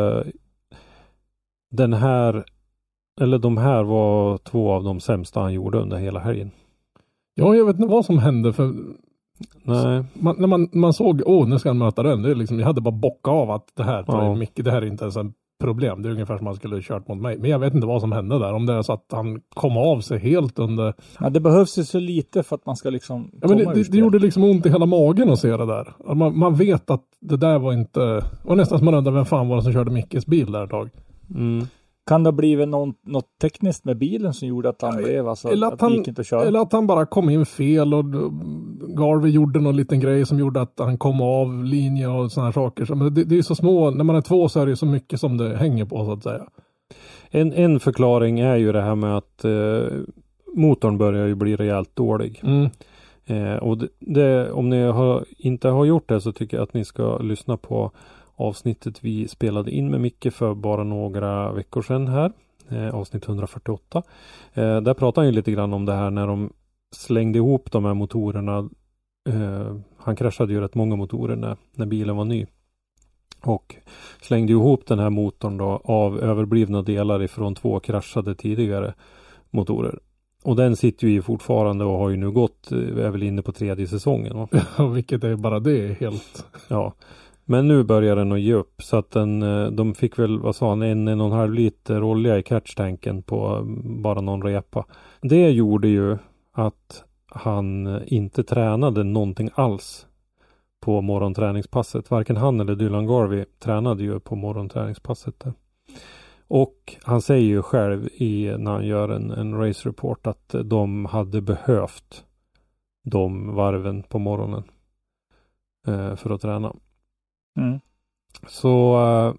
de här var 2 av de sämsta han gjorde under hela helgen. Ja, jag vet inte vad som hände, för nej. När man såg, nu ska han möta den, det är liksom, jag hade bara bockat av att det här Micke, det här är inte ens en problem. Det är ungefär som man skulle kört mot mig. Men jag vet inte vad som hände där. Om det är så att han kom av sig helt under... Ja, det behövs ju så lite för att man ska liksom... Ja, men det gjorde liksom ont i hela magen att se det där. Man vet att det där var inte... Och nästan som man undrar vem fan var det som körde Mickes bil där ett tag. Kan det ha blivit något tekniskt med bilen som gjorde att han blev, alltså, att det gick inte att köra? Eller att han bara kom in fel och Garvey gjorde någon liten grej som gjorde att han kom av linje och såna här saker. Så, men det är så små, när man är 2 så är det så mycket som det hänger på, så att säga. En förklaring är ju det här med att motorn börjar ju bli rejält dålig. Och om ni inte har gjort det, så tycker jag att ni ska lyssna på avsnittet vi spelade in med Micke för bara några veckor sedan här. Avsnitt 148. Där pratar han ju lite grann om det här när de slängde ihop de här motorerna. Han kraschade ju rätt många motorer när bilen var ny. Och slängde ihop den här motorn då av överblivna delar ifrån 2 kraschade tidigare motorer. Och den sitter ju i fortfarande och har ju nu gått, är väl inne på 3:e säsongen. Va? Ja, vilket är bara det helt... Ja, men nu börjar den att ge upp. Så att de fick väl, vad sa han, 1,5 liter olja i catchtanken på bara någon repa. Det gjorde ju att han inte tränade någonting alls på morgonträningspasset. Varken han eller Dylan Garvey tränade ju på morgonträningspasset där. Och han säger ju själv när han gör en race report att de hade behövt de varven på morgonen för att träna. Mm. Så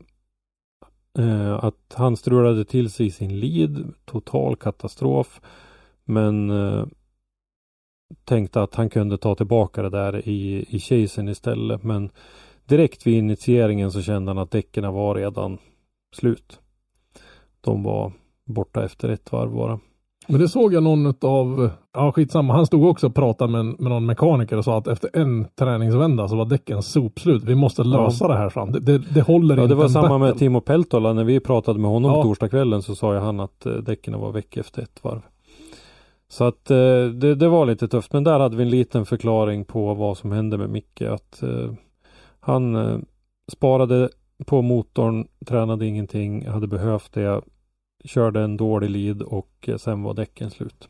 att han strulade till sig i sin lead, total katastrof, men tänkte att han kunde ta tillbaka det där i chasen istället, men direkt vid initieringen så kände han att däcken var redan slut. De var borta efter 1 varv bara. Men det såg jag någon av, ja skitsamma, han stod också och pratade med någon mekaniker och sa att efter en träningsvända så var däcken sopslut. Vi måste lösa det här fram. Det håller inte. Det var samma med Timo Peltola. När vi pratade med honom på torsdagskvällen så sa ju han att däcken var väck efter 1 varv. Så att det var lite tufft. Men där hade vi en liten förklaring på vad som hände med Micke. Att han sparade på motorn, tränade ingenting, hade behövt det. Körde en dålig lead och sen var däcken slut.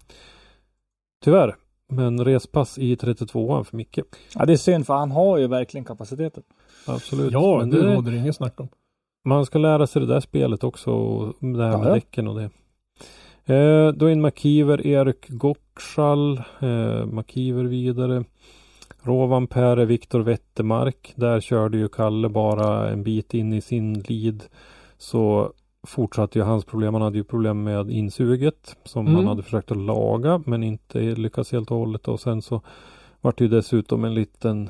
Tyvärr. Men respass i 32an för Micke. Ja, det är synd för han har ju verkligen kapaciteten. Absolut. Ja, men det råder inget snack om. Man ska lära sig det där spelet också. Och det här med däcken och det. Dwayne McKeever, Erik Gottschall, McKeever vidare. Rovan Pere, Viktor Wettermark. Där körde ju Kalle bara en bit in i sin lead. Så fortsatte ju hans problem. Han hade ju problem med insuget som han hade försökt att laga men inte lyckats helt och hållet. Och sen så var det ju dessutom en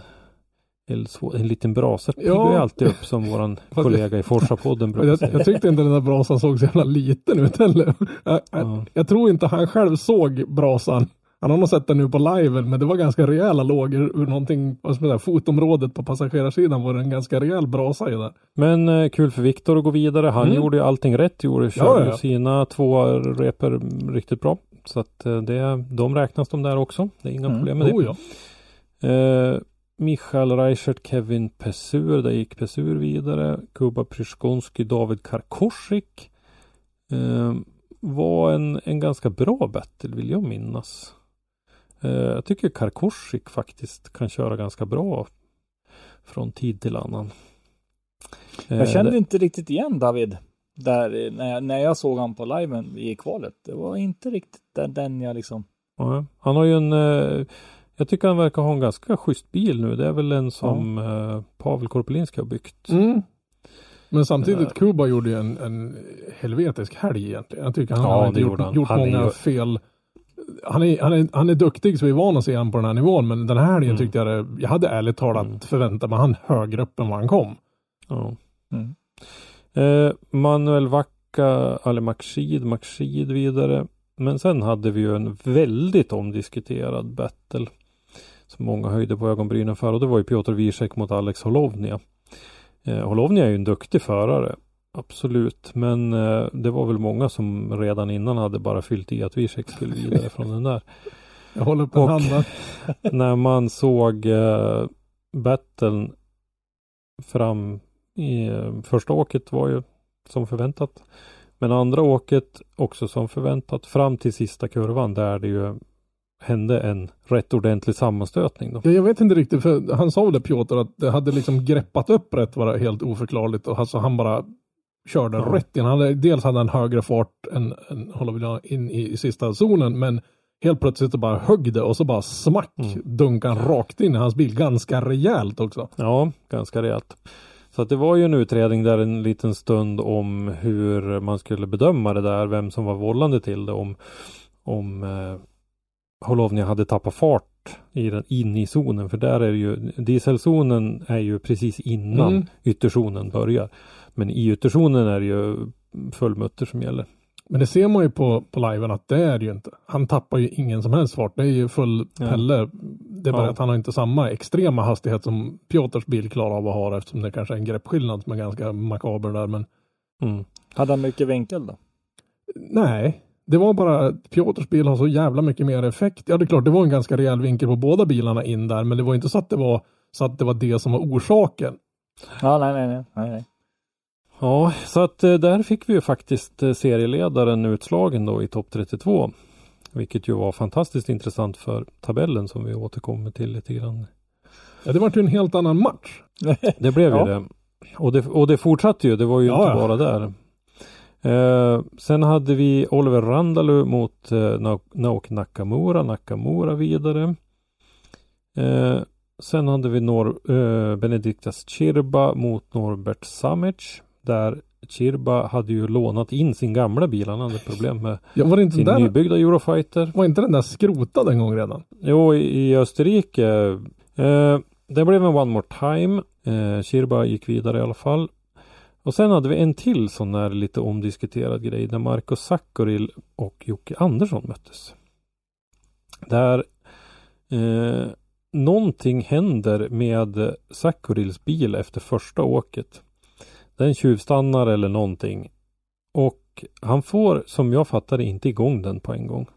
liten brasa. Det piggar ju alltid upp som våran kollega i Forsa-podden brukar säga. Jag tyckte inte den där brasan såg så jävla liten ut heller. Jag tror inte han själv såg brasan. Han har nog sett den nu på liven, men det var ganska rejäla lågor ur någonting, vad ska man säga, fotområdet på passagerarsidan var det en ganska rejäl brasa i där. Men kul för Viktor att gå vidare. Han gjorde ju allting rätt, körde sina 2 reper riktigt bra. Så att de räknas de där också. Det är inga problem med det. Ja. Michael Reichert, Kevin Pesur, där gick Pesur vidare. Kuba Prishkonski, David Karkoschik. Var en ganska bra battle vill jag minnas. Jag tycker Karkoschik faktiskt kan köra ganska bra från tid till annan. Jag kände inte riktigt igen David där när jag såg han på liven i kvalet. Det var inte riktigt den jag liksom... Ja, han har ju jag tycker han verkar ha en ganska schysst bil nu. Det är väl en som Pavel Korpelinski har byggt. Men samtidigt Kuba gjorde ju en helvetisk helg egentligen. Jag tycker han har inte gjort många fel. Han är duktig så vi är vana att se han på den här nivån. Men den här helgen tyckte jag hade ärligt talat förväntat mig han högre upp än vad han kom. Ja. Manuel Vacca, Ali Makshid vidare. Men sen hade vi ju en väldigt omdiskuterad battle som många höjde på ögonbrynen för. Och det var ju Piotr Wiesek mot Alex Holovnia. Holovnia är ju en duktig förare. Absolut. Men det var väl många som redan innan hade bara fyllt i att Wiesek skulle vidare från den där. Jag håller på handen. När man såg battlen fram i första åket var ju som förväntat. Men andra åket också som förväntat fram till sista kurvan där det ju hände en rätt ordentlig sammanstötning. Då. Ja, jag vet inte riktigt, för han sa väl det Piotr att det hade liksom greppat upp rätt var helt oförklarligt och alltså han bara körde rätt in. Dels hade han högre fart än in i sista zonen men helt plötsligt så bara högg det och så bara smack dunkan rakt in i hans bil ganska rejält också. Ja, ganska rejält. Så att det var ju en utredning där en liten stund om hur man skulle bedöma det där, vem som var vållande till det, om Holovnia hade tappat fart fart in i zonen. För där är det ju, dieselzonen är ju precis innan ytterzonen börjar. Men i ytterzonen är det ju full mutter som gäller. Men det ser man ju på liven att det är det ju inte. Han tappar ju ingen som helst fart. Det är ju full Pelle. Det är bara att han har inte samma extrema hastighet som Piotrs bil klarar av att ha, eftersom det kanske är en greppskillnad som är ganska makaber där. Men... Hade han mycket vinkel då? Nej, det var bara att Piotrs bil har så jävla mycket mer effekt. Ja, det är klart, det var en ganska rejäl vinkel på båda bilarna in där, men det var inte så att det var det som var orsaken. Ja, nej. Ja, så att där fick vi ju faktiskt serieledaren utslagen då i topp 32. Vilket ju var fantastiskt intressant för tabellen som vi återkommer till lite grann. Ja, det var ju en helt annan match. Det blev ju det. Och det fortsatte ju, det var ju inte bara där. Sen hade vi Oliver Randalu mot Naoki Nakamura. Nakamura vidare. Sen hade vi Benediktas Chirba mot Norbert Samic. Där Chirba hade ju lånat in sin gamla bil. Han hade problem med sin nybyggda Eurofighter. Var inte den där skrotad en gång redan? Jo, i Österrike. Det blev en one more time. Chirba gick vidare i alla fall. Och sen hade vi en till sån här lite omdiskuterad grej. Där Marko Sakkuril och Jocke Andersson möttes. Där någonting händer med Sakkurils bil efter första åket. Den tjuvstannar eller någonting. Och han får, som jag fattade, inte igång den på en gång.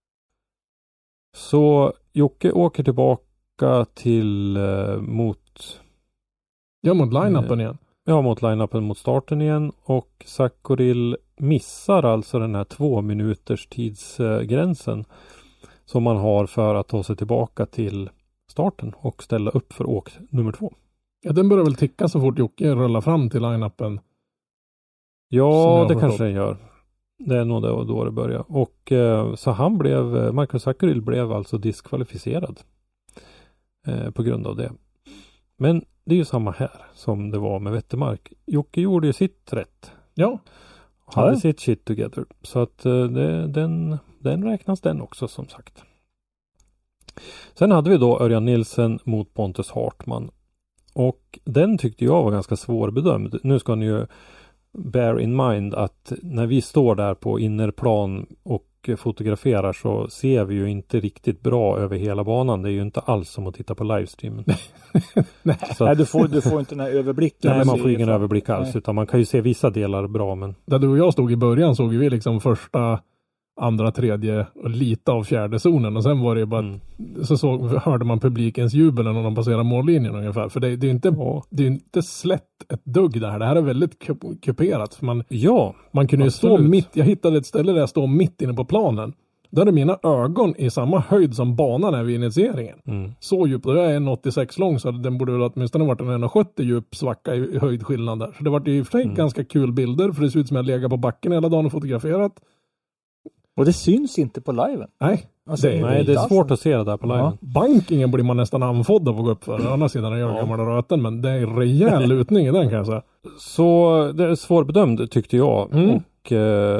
Så Jocke åker tillbaka till mot... Ja, mot line-upen igen. Ja, mot line-upen mot starten igen. Och Sakkuril missar alltså den här 2 minuters tidsgränsen som man har för att ta sig tillbaka till starten och ställa upp för åk nummer 2. Ja, den börjar väl ticka så fort Jocke rullar fram till line-upen. Ja, det kanske den gör. Det är nog då det börjar. Och så Marko Sakkuril blev alltså diskvalificerad på grund av det. Men det är ju samma här som det var med Wettermark. Jocke gjorde ju sitt rätt. Ja. Hade sitt shit together. Så att den räknas den också, som sagt. Sen hade vi då Örjan Nilsen mot Pontus Hartman. Och den tyckte jag var ganska svårbedömd. Nu ska ni ju bear in mind att när vi står där på innerplan och fotograferar så ser vi ju inte riktigt bra över hela banan. Det är ju inte alls som att titta på livestreamen. Nej, du får inte den här överblicken. Nej, man får ingen överblick alls. Utan man kan ju se vissa delar bra. Men... Där du och jag stod i början såg vi liksom första, andra, tredje och lite av fjärde zonen. Och sen var det ju bara hörde man publikens jubel när de passerade mållinjen ungefär. För det är inte slätt ett dugg där. Det här är väldigt kuperat. Man kunde ju stå mitt. Jag hittade ett ställe där jag stod mitt inne på planen. Där är mina ögon i samma höjd som banan är vid initieringen. Så djupt. Och jag är 1,86 lång, så den borde väl åtminstone varit en 1,70 djup svacka i höjdskillnad där. Så det var ju i och för sig ganska kul bilder. För det ser ut som jag legat på backen hela dagen och fotograferat. Och det syns inte på liven. Nej. Alltså, det är svårt att se det där på liven. Ja. Bankingen blir man nästan anfodd av att gå upp för. Å andra sidan är jag gammal röten, men det är rejäl lutning i den, kan jag säga. Så det är svårbedömd, tyckte jag. Och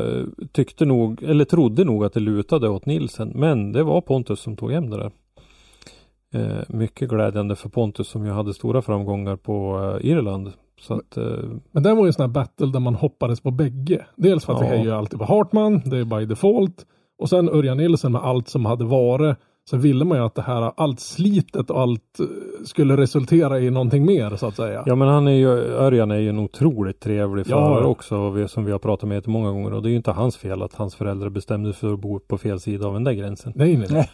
trodde nog att det lutade åt Nilsen. Men det var Pontus som tog hem det där. Mycket glädjande för Pontus som ju hade stora framgångar på Irland. Så att, men det var ju en sån här battle där man hoppades på bägge. Dels för att vi är ju alltid på Hartman, det är by default. Och sen Örjan Nilsen med allt som hade varit. Så ville man ju att det här, allt slitet och allt skulle resultera i någonting mer, så att säga. Ja, men Örjan är ju en otroligt trevlig förare också, som vi har pratat med många gånger. Och det är ju inte hans fel att hans föräldrar bestämde sig för att bo på fel sida av den där gränsen. Nej.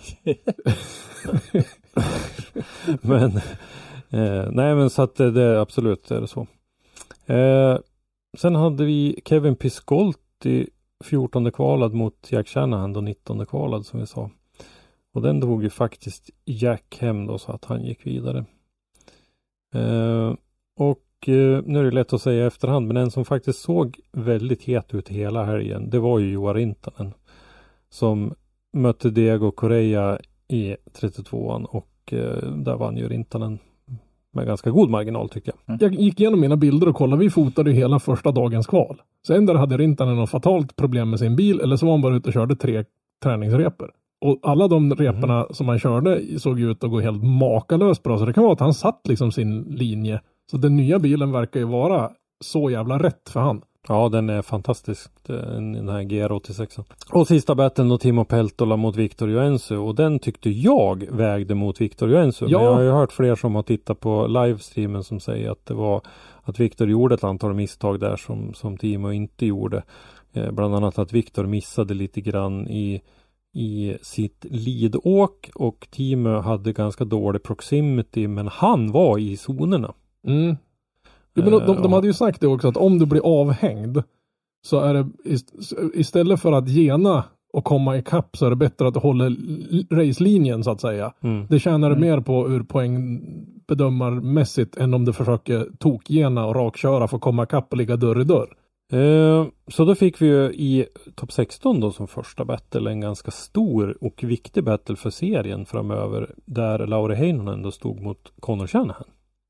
Men så att det absolut är det så. Sen hade vi Kevin Piscolti 14:e kvalad mot Jack Shanahan då 19:e kvalad, som vi sa. Och den drog ju faktiskt Jack hem då, så att han gick vidare. Nu är det lätt att säga i efterhand, men en som faktiskt såg väldigt het ut hela helgen, det var ju Joa Rintanen som mötte Diego Correia i 32an, och där vann ju Rintanen med ganska god marginal, tycker jag. Jag gick igenom mina bilder och kollade. Vi fotade hela första dagens kval. Sen där hade Rintanen något fatalt problem med sin bil, eller så var han bara ute och körde 3 träningsrepor. Och alla de reporna som han körde såg ut att gå helt makalöst bra. Så det kan vara att han satt liksom sin linje. Så den nya bilen verkar ju vara så jävla rätt för han. Ja, den är fantastisk. Den här GR86. Och sista battlen då Timo Peltola mot Victor Joensuu. Och den tyckte jag vägde mot Victor Joensuu. Ja. Men jag har ju hört fler som har tittat på livestreamen som säger att det var att Victor gjorde ett antal misstag där som Timo inte gjorde. Bland annat att Victor missade lite grann i sitt lidåk och Timo hade ganska dålig proximity, men han var i zonerna. Mm. Ja, men de hade ju sagt det också, att om du blir avhängd så är det istället för att gena och komma ikapp så är det bättre att du håller racelinjen så att säga. Det tjänar du mer på ur poängbedömarmässigt än om du försöker tokgena och rakköra för att komma ikapp och ligga dörr i dörr. Så då fick vi ju i topp 16 då som första battle en ganska stor och viktig battle för serien framöver, där Lauri Heinonen då stod mot Conor Shanahan.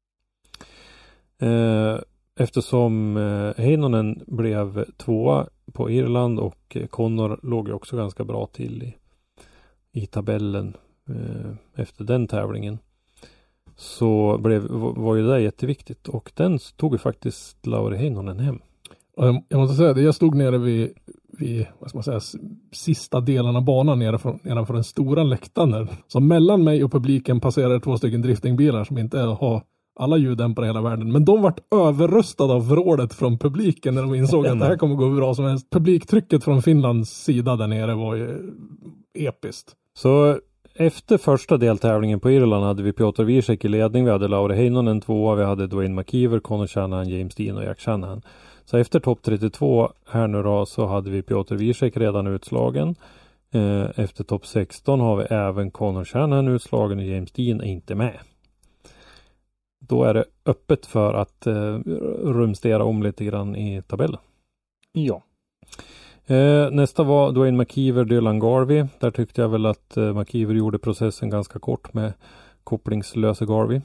Eftersom Heinonen blev 2 på Irland och Conor låg ju också ganska bra till i tabellen efter den tävlingen, så var ju det jätteviktigt, och den tog ju faktiskt Lauri Heinonen hem. Jag måste säga det, jag stod nere vid vad ska man säga, sista delen av banan nedanför den stora läktaren. Så mellan mig och publiken passerade 2 stycken driftingbilar som inte har alla ljuddämpare i hela världen. Men de vart överröstade av vrålet från publiken när de insåg att det här kommer gå hur bra som helst. Publiktrycket från Finlands sida där nere var ju episkt. Så efter första deltävlingen på Irland hade vi Piotr Wiesek i ledning. Vi hade Lauri Heinonen 2, vi hade Dwayne McKeever, Conor Shanahan, James Dean och Jack Shanahan. Så efter topp 32 här nu då så hade vi Piotr Wiesek redan utslagen. Efter topp 16 har vi även Conor Shanahan utslagen och James Dean är inte med. Då är det öppet för att rumstera om lite grann i tabellen. Ja. Nästa var Dwayne McKeever, Dylan Garvey. Där tyckte jag väl att McKeever gjorde processen ganska kort med kopplingslöse Garvey.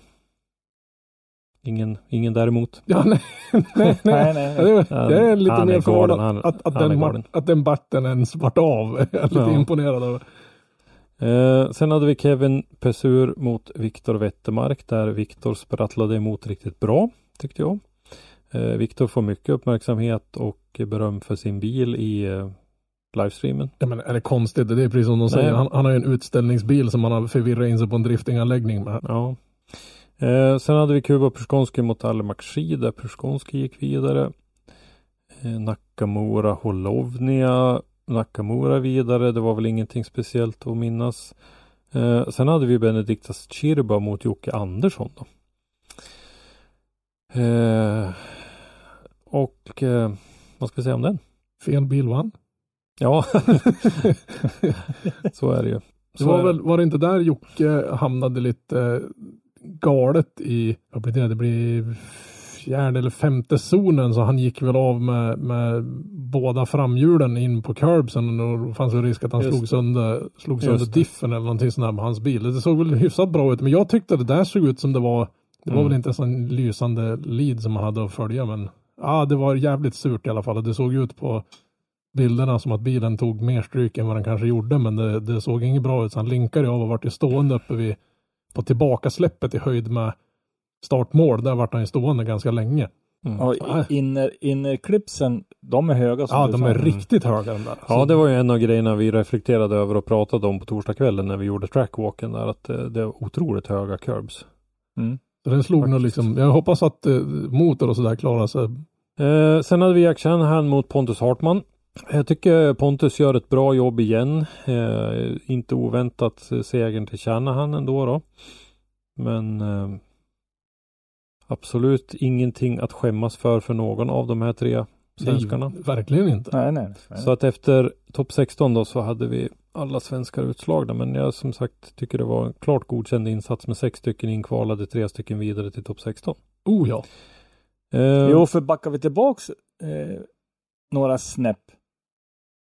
Ingen däremot. Ja, nej. Det är lite mer förvånad att den batten ens vart av. Jag är lite imponerad av. Sen hade vi Kevin Pesur mot Viktor Wettermark, där Viktor sprattlade emot riktigt bra, tyckte jag. Viktor får mycket uppmärksamhet och beröm för sin bil i livestreamen. Ja, men är det konstigt? Det är precis som de säger. Han har ju en utställningsbil som han har förvirrat in sig på en driftinganläggning med. Ja. Sen hade vi Kuba Prskonski mot Ali Makshi, där Prskonski gick vidare. Nakamura Holovnia. Nakamura vidare, det var väl ingenting speciellt att minnas. Sen hade vi Benediktas Chirba mot Jocke Andersson då. Och vad ska vi säga om den? Fel bil vann. Ja, så är det ju. Var det inte där Jocke hamnade lite galet i, vad blir det? Det blir 4:e eller 5:e zonen, så han gick väl av med båda framhjulen in på curbsen, och då fanns det risk att han slog sönder diffen eller någonting sånt där med hans bil. Det såg väl hyfsat bra ut, men jag tyckte det där såg ut som det var väl inte en sån lysande lead som man hade att följa, men det var jävligt surt i alla fall. Det såg ut på bilderna som att bilen tog mer stryk än vad den kanske gjorde, men det såg inget bra ut, så han linkade av och vart stående uppe på tillbakasläppet i höjd med startmål. Där vart han stående ganska länge. Och innerklipsen, de är höga. De är riktigt höga de där. Ja, det var ju en av grejerna vi reflekterade över och pratade om på torsdagskvällen när vi gjorde trackwalken där, att det är otroligt höga curbs. Så den slog nog liksom, jag hoppas att motor och sådär klarar sig. Sen hade vi Jack Shanahan mot Pontus Hartman. Jag tycker Pontus gör ett bra jobb igen. Inte oväntat segern till Shanahan ändå då. Men absolut ingenting att skämmas för någon av de här 3 svenskarna. Nej, verkligen inte. Nej. Så att efter topp 16 då så hade vi alla svenskar utslagna. Men jag som sagt tycker det var en klart godkänd insats med 6 stycken inkvalade, 3 stycken vidare till topp 16. Ja. Jo, för backar vi tillbaks några snäpp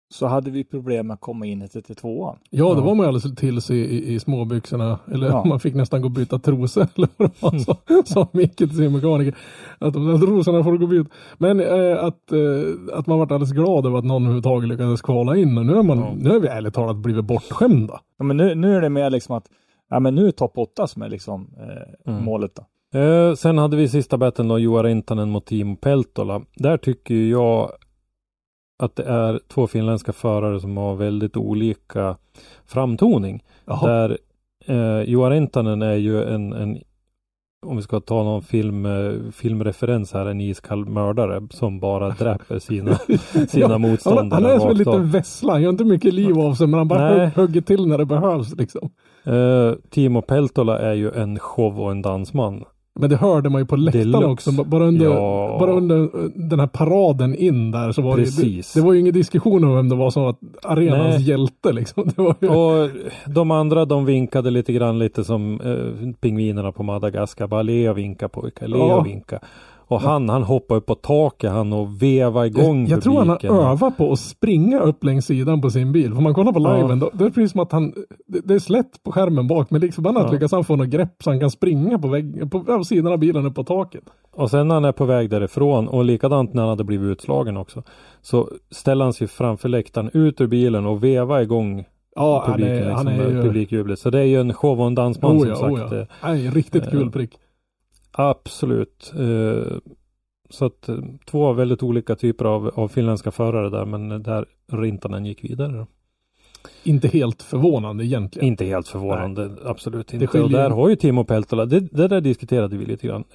så hade vi problem med att komma in i 32an. Ja, det var man ju alldeles till sig i småbyxorna. Eller man fick nästan gå och byta trosor. Eller vad det var, sa Micke till sin mekaniker. Att de där trosorna får gå och byta. Men att man varit alldeles glad över att någon överhuvudtaget lyckades kvala in. Och nu är vi ärligt talat blivit bortskämda. Ja, men nu är det mer liksom att men nu är topp 8 som är liksom målet då. Sen hade vi sista battlen då, Juha Rintanen mot Timo Peltola. Där tycker jag att det är 2 finländska förare som har väldigt olika framtoning. Jaha. Där Juha Rintanen är ju en om vi ska ta någon filmreferens här, en iskall mördare som bara dräper sina motståndare. Han är som en liten vessla, han gör inte mycket liv av sig, men han bara hugger till när det behövs liksom. Timo Peltola är ju en show och en dansman. Men det hörde man ju på läktaren också. Bara under den här paraden in där så var det var ju ingen diskussion om vem det var som var arenans hjälte liksom. Det var ju... Och de andra, de vinkade lite grann lite som pingvinerna på Madagaskar. Bara le och vinka pojkar, le och vinka. Och han hoppar upp på taket och vevar igång jag tror han har övat på att springa upp längs sidan på sin bil. För man kollar på liven, då är det precis som att det är slätt på skärmen bak, men liksom annat lyckas han få något grepp så han kan springa på sidan av bilen upp på taket. Och sen när han är på väg därifrån, och likadant när han hade blivit utslagen också, så ställer han sig framför läktaren ut ur bilen och vevar igång publiken, han är publikjublet. Så det är ju en show och en dansman som sagt. Riktigt kul prick. Absolut. Så att 2 väldigt olika typer av finländska förare där, men där Rintanen gick vidare då. Inte helt förvånande egentligen. Inte helt förvånande, nej. Absolut inte. Och där har ju Timo Peltola, det där diskuterade vi lite grann.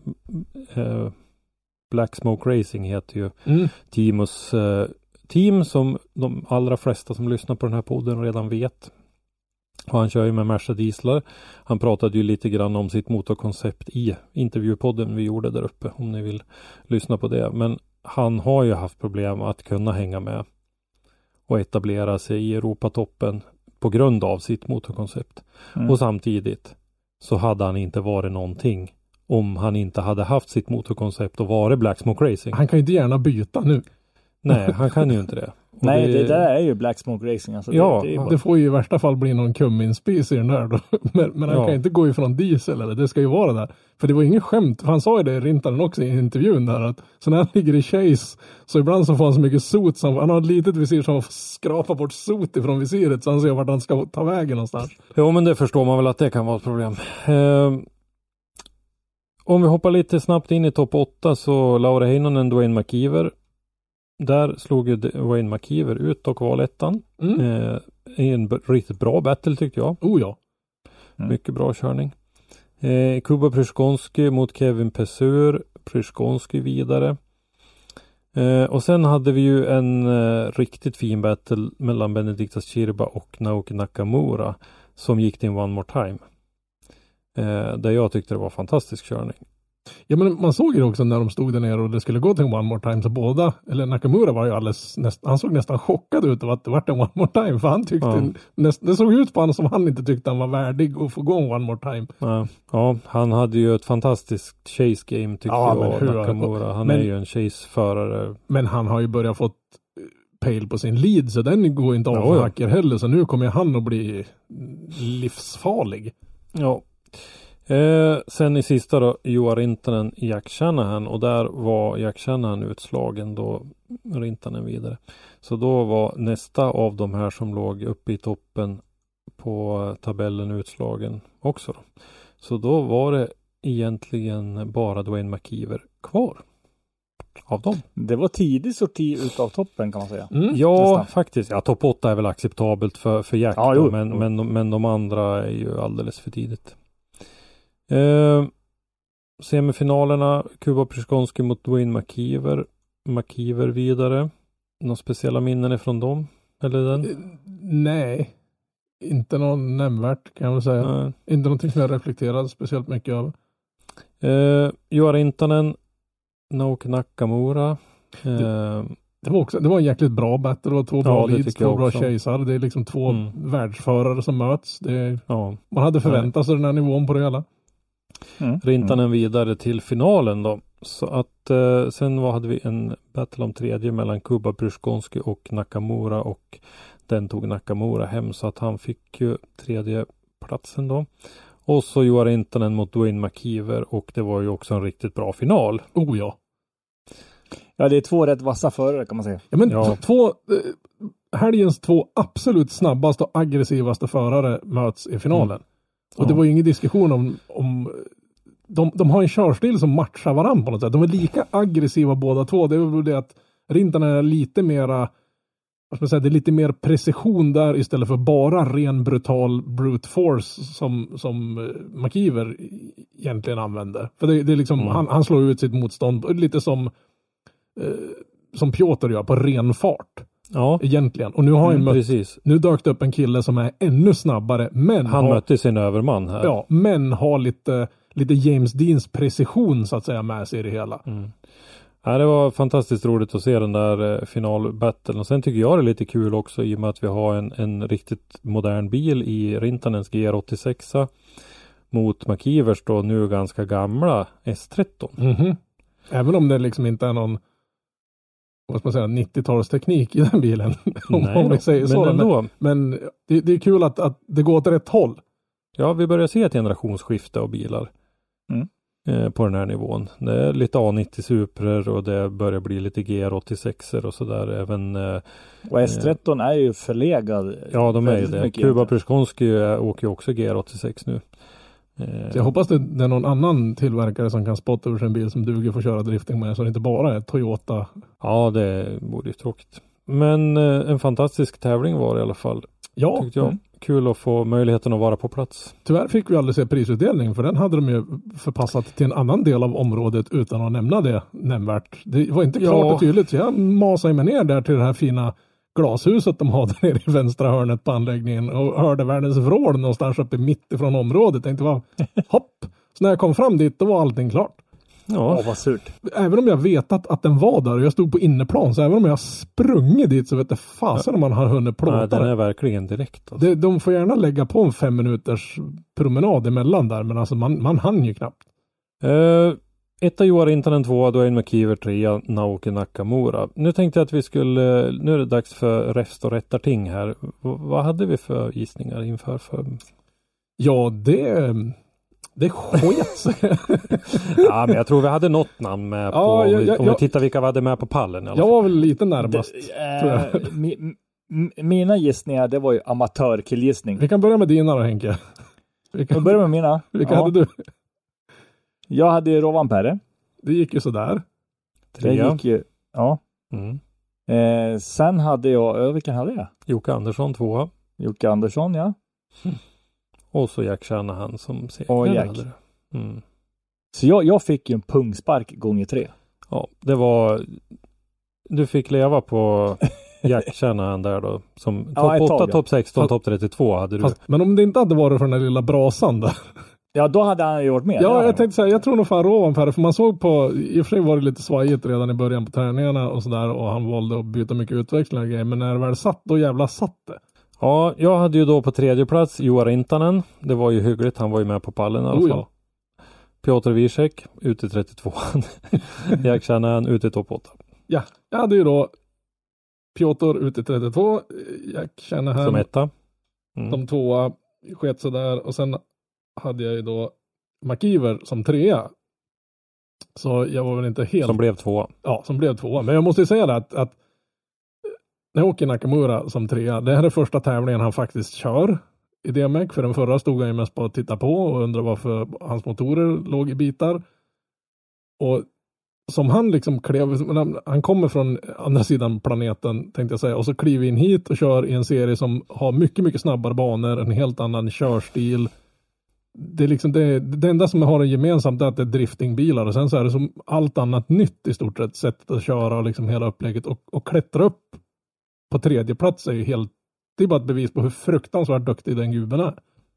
Black Smoke Racing heter ju Timos team, som de allra flesta som lyssnar på den här podden redan vet. Och han kör ju med Merca dieslar. Han pratade ju lite grann om sitt motorkoncept i intervjupodden vi gjorde där uppe, om ni vill lyssna på det. Men han har ju haft problem att kunna hänga med och etablera sig i Europatoppen på grund av sitt motorkoncept. Och samtidigt så hade han inte varit någonting om han inte hade haft sitt motorkoncept och varit Black Smoke Racing. Han kan ju inte gärna byta nu. Nej, han kan ju inte det. Nej, det där är ju Black Smoke Racing. Alltså det får ju i värsta fall bli någon kumminspis i den där då. Men han kan inte gå ifrån diesel, eller det ska ju vara där. För det var ingen skämt. Han sa ju det, Rintanen också, i intervjun där, att så när han ligger i chase så ibland så får han så mycket sot. Så han har ett litet visir som skrapar bort sot ifrån visiret, så han ser vart han ska ta vägen någonstans. Jo, men det förstår man väl att det kan vara ett problem. Om vi hoppar lite snabbt in i topp 8, så Laura Heinonen, Dwayne McKeever. Där slog ju Dwayne McKeever ut och kval ettan. En riktigt bra battle tyckte jag. Mycket bra körning. Kuba Pryszkonski mot Kevin Pesur. Pryszkonski vidare. Och sen hade vi ju en riktigt fin battle mellan Benediktas Chirba och Naoki Nakamura som gick till en One More Time. Där jag tyckte det var fantastisk körning. Ja, men man såg ju också när de stod där nere och det skulle gå till en One More Time, så båda, eller Nakamura var ju han såg nästan chockad ut av att det var en One More Time, för han tyckte det såg ut på honom som han inte tyckte han var värdig att få gå en One More Time. Ja, han hade ju ett fantastiskt chase game tyckte jag, Nakamura. Han är ju en chase-förare. Men han har ju börjat fått pejl på sin lead, så den går inte av hacker heller, så nu kommer han att bli livsfarlig. Ja. Sen i sista då, Juha Rintanen, Jack Shanahan, och där var Jack Shanahan utslagen då Rintanen vidare. Så då var nästa av de här som låg uppe i toppen på tabellen utslagen också då. Så då var det egentligen bara Dwayne McKeever kvar av dem. Det var tidig sorti utav toppen kan man säga. Ja, nästan. Faktiskt. Ja, topp 8 är väl acceptabelt för Jack då, men de andra är ju alldeles för tidigt. Semifinalerna, Kuba Pryszkonski mot Dwayne McKeever vidare. Några speciella minnen ifrån dem? Eller den? Nej, inte någon nämnvärt kan jag väl säga. Nej. Inte någonting som jag reflekterade speciellt mycket av. Juha Rintanen, Naoki Nakamura. Det var en jäkligt bra battle. Det var 2 bra leads, 2 bra chaser. Det är liksom 2 världsförare som möts. Man hade förväntat sig den här nivån på det hela. Rintanen vidare till finalen då. Så att sen hade vi en battle om tredje mellan Kuba Bryskonski och Nakamura, och den tog Nakamura hem, så att han fick ju tredje platsen då. Och så Joar Rintanen mot Dwayne McKeever, och det var ju också en riktigt bra final. Oh ja. Ja, det är 2 rätt vassa förare kan man säga. Ja, men helgens 2 absolut snabbaste och aggressivaste förare möts i finalen. Och det var ju ingen diskussion om de har en körstil som matchar varandra på något sätt. De är lika aggressiva båda två. Det är väl det att Rintanen är lite mera, vad ska man säga, det är lite mer precision där istället för bara ren brutal brute force som McKeever egentligen använder. För det är liksom, han slår ut sitt motstånd lite som Piotr gör på ren fart. Ja. Egentligen. Och nu har nu dök det upp en kille som är ännu snabbare, men han mötte sin överman här. Ja, men har lite James Deans precision så att säga med sig i det hela. Ja, det var fantastiskt roligt att se den där finalbattlen. Och sen tycker jag det är lite kul också i och med att vi har en riktigt modern bil i Rintanens GR86 mot McKeevers då nu ganska gamla S13. Även om det liksom inte är någon, vad ska man säga, 90-talsteknik i den bilen. om vi säger så. Ändå. Men det är kul att det går åt rätt håll. Ja, vi börjar se ett generationsskifte av bilar på den här nivån. Det är lite A90 Suprer och det börjar bli lite GR86 och sådär. Även, och S13 är ju förlegad. Ja, de är ju det. Kuba Bryskonski åker ju också GR86 nu. Så jag hoppas det är någon annan tillverkare som kan spotta ur sin bil som duger för att köra drifting med, så det inte bara är Toyota. Ja, det vore ju tråkigt. Men en fantastisk tävling var det i alla fall. Ja. Tyckte jag. Kul att få möjligheten att vara på plats. Tyvärr fick vi aldrig se prisutdelning, för den hade de ju förpassat till en annan del av området utan att nämna det nämnvärt. Det var inte klart och tydligt, så jag masade mig ner där till det här fina glashuset de hade nere i vänstra hörnet på anläggningen och hörde världens vrål någonstans uppe mitt ifrån området. Tänkte hopp! Så när jag kom fram dit, då var allting klart. Ja, vad surt. Även om jag vetat att den var där och jag stod på inneplan, så även om jag sprungit dit så vet jag fasen om man har hunnit plåta. Nej, den är verkligen direkt. Alltså. De får gärna lägga på en 5 minuters promenad emellan där, men alltså man hann ju knappt. Etta Joar Rintanen 2, Dwayne McKeever 3, Naoki Nakamura. Nu tänkte jag att nu är det dags för räfst och rättarting här. Vad hade vi för gissningar inför? Ja, det sket sig. Ja, men jag tror vi hade något namn med på, om vi tittar vilka vi hade med på pallen. Jag var väl lite närmast. Mina gissningar, det var ju amatörkillgissning. Vi kan börja med dina då, Henke. Vi kan börja med mina. Vilka hade du? Jag hade ju Rovanperä. Det gick ju sådär. Det gick ju, ja. Sen hade jag, vilken hade jag? Jocke Andersson 2. Jocke Andersson, ja. Och så Jack Shanahan som segrare. Så jag fick ju en pungspark gånger 3. Ja, det var, du fick leva på Jack Shanahan där då. Som topp 8, topp 16, topp 32 hade du. Men om det inte hade varit för den där lilla brasan där. Ja, då hade han gjort mer. Ja, jag tänkte säga, jag tror nog fan Rovanperä, för man såg på, i och för sig var det lite svajigt redan i början på träningarna och sådär, och han valde att byta mycket utväxlingar och grejer, men när det väl satt, då jävla satt det. Ja, jag hade ju då på 3:e plats Joar Rintanen. Det var ju hyggligt, han var ju med på pallen i alla fall. Ja. Piotr Wiesek ut i 32. Jack Shanahan ut i topp 8. Ja, jag hade ju då Piotr ut i 32, Jack Shanahan som etta. Som 2:a, sket sådär, och sen hade jag ju då McKeever som 3:a. Så jag var väl inte helt... Som blev 2:a. Ja, som blev 2:a. Men jag måste ju säga det att Naoki Nakamura som 3:a, det här är första tävlingen han faktiskt kör i DMX. För den förra stod han ju mest på att titta på och undra varför hans motorer låg i bitar. Och som han liksom han kommer från andra sidan planeten, tänkte jag säga, och så kliver in hit och kör i en serie som har mycket, mycket snabbare banor, en helt annan körstil. Det är liksom det enda som har en gemensamt är att det är driftingbilar, och sen så är det som allt annat nytt i stort sett, sättet att köra och liksom hela upplägget, och klättra upp på 3:e plats är ju helt, det är bara ett bevis på hur fruktansvärt duktig den gubben är.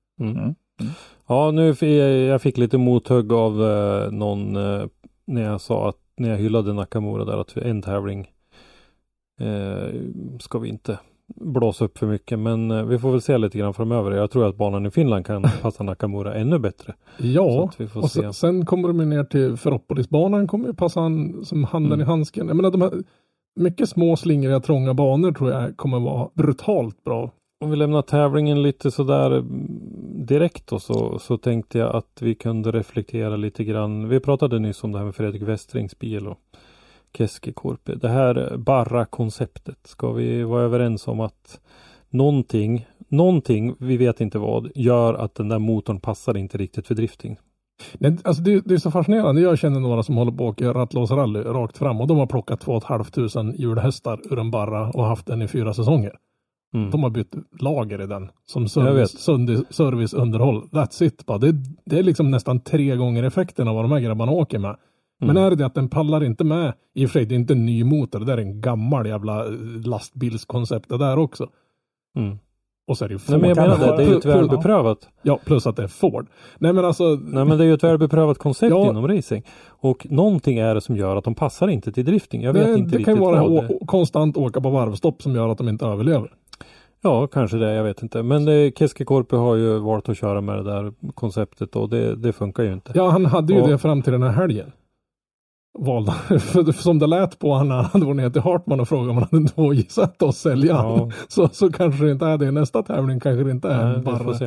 Ja, jag fick lite mothugg av någon när jag sa att när jag hyllade Nakamura där, att en tävling ska vi inte blåsa upp för mycket, men vi får väl se lite grann framöver. Jag tror att banan i Finland kan passa Nakamura ännu bättre. Ja, vi får och se. sen kommer de ner till Ferropolisbanan, kommer ju passa han som handen i handsken. Jag menar, de här mycket små slingriga trånga banor tror jag kommer vara brutalt bra. Om vi lämnar tävlingen lite sådär direkt då, så tänkte jag att vi kunde reflektera lite grann. Vi pratade nyss om det här med Fredrik Westerings bil och Keskikorpi. Det här Barra-konceptet, ska vi vara överens om att någonting, vi vet inte vad, gör att den där motorn passar inte riktigt för drifting. Nej, alltså det är så fascinerande. Jag känner några som håller på att åka rattlåsrally rakt fram och de har plockat 2 500 hjulhästar ur en Barra och haft den i 4 säsonger. De har bytt lager i den som serviceunderhåll. That's it. Det är liksom nästan 3 gånger effekten av vad de här grabbarna åker med. Men är det att den pallar inte med, i och för sig det är inte en ny motor, det är en gammal jävla lastbilskoncept det där också. Och så är det ju Ford. Nej, men jag menar det är ju ett välbeprövat. Ja, plus att det är Ford. Nej men det är ju ett välbeprövat koncept inom racing. Och någonting är det som gör att de passar inte till drifting. Jag vet inte riktigt. Det kan ju vara konstant åka på varvstopp som gör att de inte överlever. Ja, kanske det, jag vet inte. Men Keskikorpi har ju valt att köra med det där konceptet och det funkar ju inte. Ja, han hade ju det fram till den här helgen. Valda. För som det lät på han hade varit ner till Hartman och frågade om han hade 2 sätt att sälja. Ja. Så kanske det inte är det. Nästa tävling kanske det inte är. Nej, bara. Vi får se.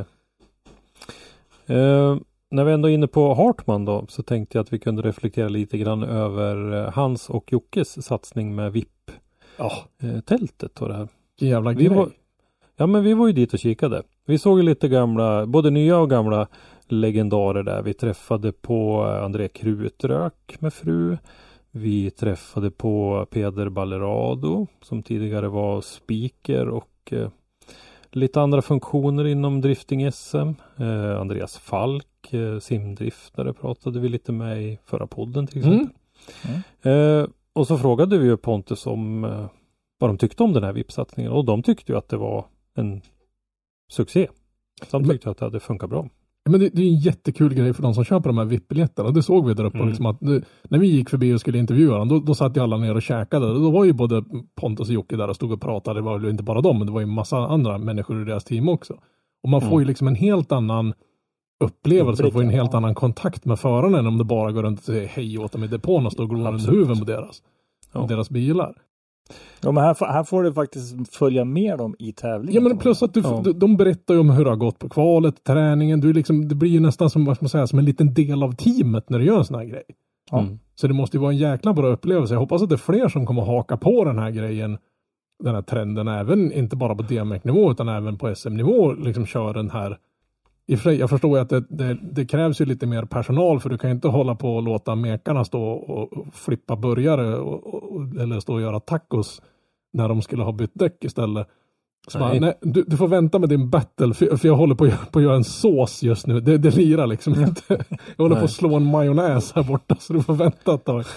När vi ändå är inne på Hartman då, så tänkte jag att vi kunde reflektera lite grann över hans och Jockes satsning med VIP-tältet och det här. Jävla grej. Men vi var ju dit och kikade. Vi såg ju lite gamla, både nya och gamla legendarer där. Vi träffade på André Krutrök med fru. Vi träffade på Peder Ballerado som tidigare var speaker och lite andra funktioner inom drifting-SM. Andreas Falk, simdriftare, pratade vi lite med i förra podden till exempel. Och så frågade vi ju Pontus om vad de tyckte om den här VIP-satsningen och de tyckte ju att det var en succé. Så de tyckte att det hade funkat bra. Men det är en jättekul grej för de som köper de här VIP-biljetterna. Det såg vi där uppe. Liksom att när vi gick förbi och skulle intervjua dem, då satt ju alla ner och käkade. Då var ju både Pontus och Jocke där och stod och pratade. Det var ju inte bara dem, men det var ju en massa andra människor i deras team också. Och man får ju liksom en helt annan upplevelse och får en helt annan kontakt med förarna än om det bara går runt och säger hej åt dem i depån och står och glor under huven på deras bilar. Ja, men här får du faktiskt följa med dem i tävlingen. Ja, men plus att de berättar ju om hur det har gått på kvalet, träningen. Det blir ju nästan som, vad ska man säga, som en liten del av teamet när du gör en sån här grej. Så det måste ju vara en jäkla bra upplevelse. Jag hoppas att det är fler som kommer haka på den här grejen, den här trenden, även inte bara på DMX-nivå utan även på SM-nivå, liksom kör den här. Jag förstår ju att det krävs ju lite mer personal, för du kan ju inte hålla på och låta mekarna stå och flippa burgare eller stå och göra tacos när de skulle ha bytt däck istället. Så nej, du får vänta med din battle, för jag håller på att göra en sås just nu. Det lirar liksom inte. Jag håller på att slå en majonnäs här borta, så du får vänta ett tag.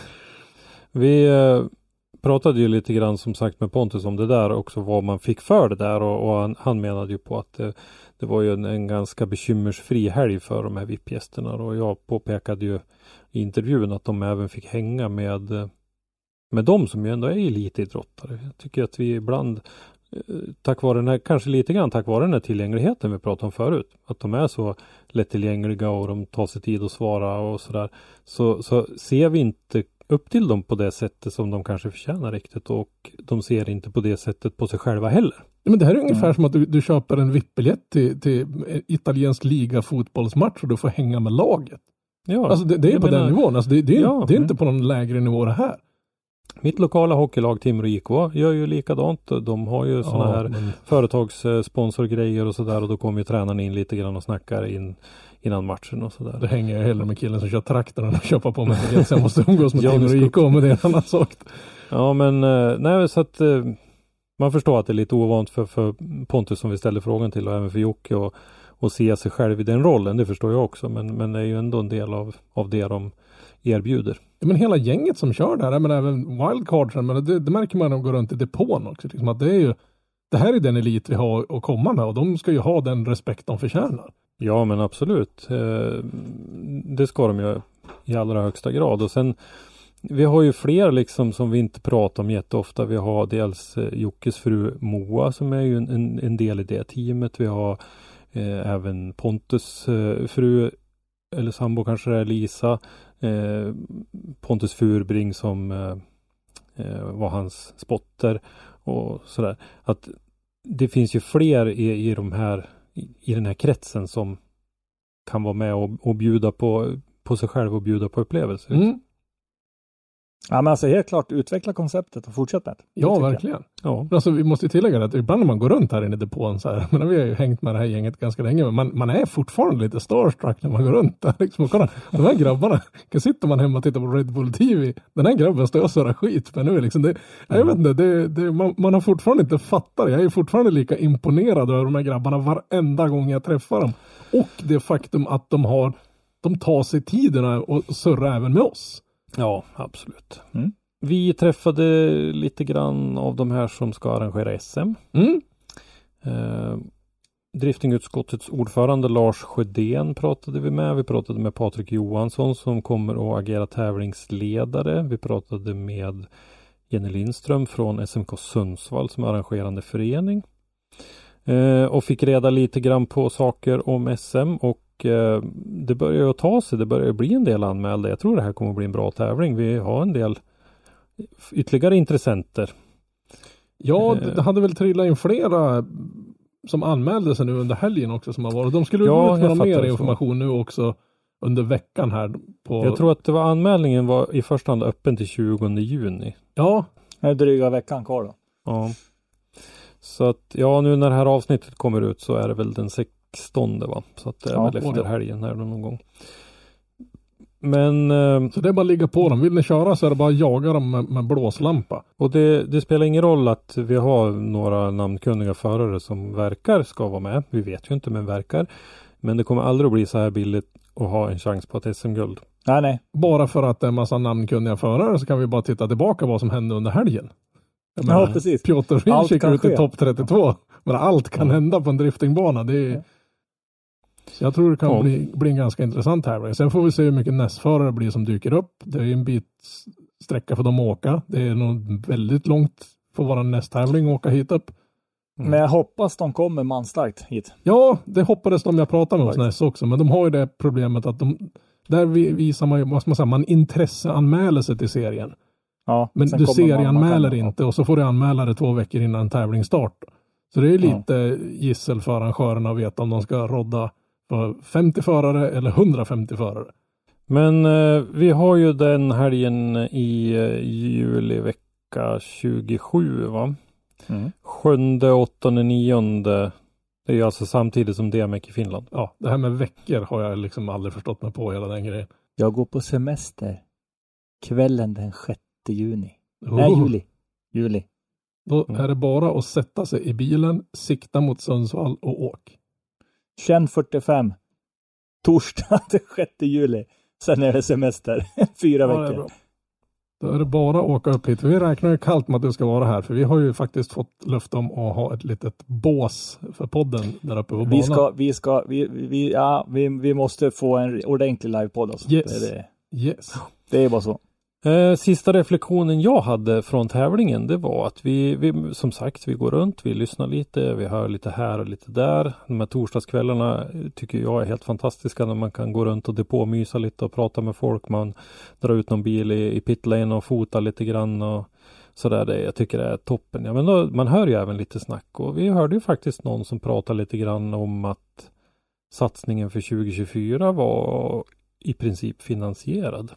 Vi pratade ju lite grann som sagt med Pontus om det där också, vad man fick för det där, och han menade ju på att det var ju en ganska bekymmersfri helg för de här VIP-gästerna, och jag påpekade ju i intervjun att de även fick hänga med dem som ju ändå är elitidrottare. Jag tycker att vi ibland tack vare den här, kanske lite grann tack vare den här tillgängligheten vi pratade om förut, att de är så lättillgängliga och de tar sig tid att svara och sådär, så ser vi inte upp till dem på det sättet som de kanske förtjänar riktigt, och de ser inte på det sättet på sig själva heller. Men det här är ungefär som att du köper en VIP-biljett till italiensk liga-fotbollsmatch och du får hänga med laget. Ja, alltså det är på den nivån. Alltså det är inte på någon lägre nivå det här. Mitt lokala hockeylag Timrå IK gör ju likadant. De har ju såna här företagssponsorgrejer och sådär, och då kommer ju tränaren in lite grann och snackar innan matchen och sådär. Det hänger jag hellre med killen som kör traktorn och köpa på mig. Sen måste umgås med Timrå IK, men det är en annan sak. Ja, men nej, så att man förstår att det är lite ovant för Pontus som vi ställer frågan till, och även för Jocke och se sig själv i den rollen. Det förstår jag också, men det är ju ändå en del av det de erbjuder. Ja, men hela gänget som kör där, men även wildcardsen, men det märker man när de går runt i depån också. Liksom att det här är den elit vi har att komma med, och de ska ju ha den respekt de förtjänar. Ja, men absolut. Det ska de ju i allra högsta grad. Och sen Vi har ju fler liksom som vi inte pratar om jätteofta. Vi har dels Jockes fru Moa som är ju en del i det teamet. Vi har även Pontus fru eller sambo kanske det är Lisa. Pontus Furbring som var hans spotter och sådär. Att det finns ju fler i den här kretsen som kan vara med och bjuda på sig själv och bjuda på upplevelser. Mm. Ja, men alltså helt klart utveckla konceptet och fortsätta. Ja, verkligen. Ja. Alltså, vi måste tillägga att ibland när man går runt här inne i depån så här, men vi har ju hängt med det här gänget ganska länge, men man är fortfarande lite starstruck när man går runt där. Liksom, kolla, de här grabbarna, kan sitter man hemma och tittar på Red Bull TV, den här grabben står och sådär skit, men nu är liksom jag vet inte, man har fortfarande inte fattat. Jag är fortfarande lika imponerad över de här grabbarna varenda gång jag träffar dem. Och det faktum att de tar sig tiderna och surrar även med oss. Ja, absolut. Mm. Vi träffade lite grann av de här som ska arrangera SM. Mm. Driftingutskottets ordförande Lars Sjödén pratade vi med. Vi pratade med Patrik Johansson som kommer att agera tävlingsledare. Vi pratade med Jenny Lindström från SMK Sundsvall som är arrangerande förening. Och fick reda lite grann på saker om SM och det börjar ju att ta sig. Det börjar bli en del anmälda. Jag tror det här kommer att bli en bra tävling. Vi har en del ytterligare intressenter. Ja, det hade väl trillat in flera som anmälde sig nu under helgen också som har varit. De skulle gå ut med mer information nu också under veckan här. Jag tror att det var anmälningen var i första hand öppen till 20 juni. Ja. Det är dryga veckan kvar då. Ja. Så att nu när det här avsnittet kommer ut så är det väl den 16 va? Så att det är väl efter helgen här någon gång. Men så det är bara att ligga på dem. Vill ni köra så är det bara att jaga dem med blåslampa. Och det spelar ingen roll att vi har några namnkunniga förare som ska vara med. Vi vet ju inte men verkar. Men det kommer aldrig att bli så här billigt att ha en chans på ett SM-guld. Nej. Bara för att det är en massa namnkunniga förare så kan vi bara titta tillbaka vad som hände under helgen. Ja, precis. Piotr Rinch gick ut i topp 32. Men allt kan hända på en driftingbana. Det är... Jag tror det kan bli en ganska intressant tävling. Sen får vi se hur mycket nästförare blir som dyker upp. Det är en bit sträcka för dem att åka. Det är nog väldigt långt för våra nästtävling att åka hit upp. Men jag hoppas de kommer manstarkt hit. Ja, det hoppades de jag pratade med hos Näs också. Men de har ju det problemet att där visar man ju, vad ska man säga, man intresseanmäler sig till serien. Ja, men du serieanmäler inte och så får du anmäla det 2 veckor innan tävlingsstart. Så det är lite gissel för arrangörerna att veta om de ska rodda för 50 förare eller 150 förare. Men vi har ju den helgen i juli vecka 27 va? 7, 8, 9. Det är ju alltså samtidigt som DMX i Finland. Ja, det här med veckor har jag liksom aldrig förstått mig på hela den grejen. Jag går på semester kvällen den 6 juni. Nej, juli. Då är det bara att sätta sig i bilen, sikta mot Sundsvall och åk. 21:45. Torsdag den 6 juli. Sen är det semester. 4 veckor. Då är det bara att åka upp hit. Vi räknar ju kallt med att du ska vara här. För vi har ju faktiskt fått löfte om att ha ett litet bås för podden där uppe på banan. Vi måste få en ordentlig livepodd. Alltså. Yes. Det är bara så. Sista reflektionen jag hade från tävlingen, det var att vi som sagt, vi går runt, vi lyssnar lite, vi hör lite här och lite där. De här torsdagskvällarna tycker jag är helt fantastiska när man kan gå runt och depåmysa lite och prata med folk. Man drar ut någon bil i pitlane och fotar lite grann och sådär. Jag tycker det är toppen. Ja, men då, man hör ju även lite snack och vi hörde ju faktiskt någon som pratade lite grann om att satsningen för 2024 var i princip finansierad.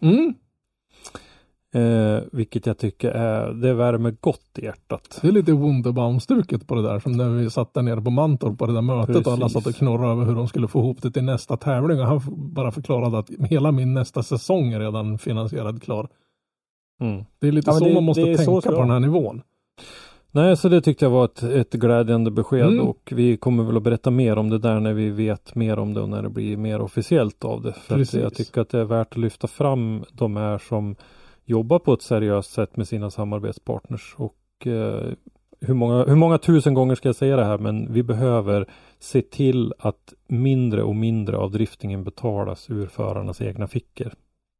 Vilket jag tycker det värmer gott i hjärtat. Det är lite Wunderbaum-stuket på det där, som när vi satt där nere på Mantorp på det där mötet. Precis. Och alla satt och knorrade över hur de skulle få ihop det till nästa tävling, och han bara förklarade att hela min nästa säsong är redan finansierad klar. Det är lite så man måste tänka på den här nivån. Nej, så det tyckte jag var ett glädjande besked och vi kommer väl att berätta mer om det där när vi vet mer om det och när det blir mer officiellt av det. För att jag tycker att det är värt att lyfta fram de här som jobbar på ett seriöst sätt med sina samarbetspartners och hur många tusen gånger ska jag säga det här, men vi behöver se till att mindre och mindre av driftingen betalas ur förarnas egna fickor.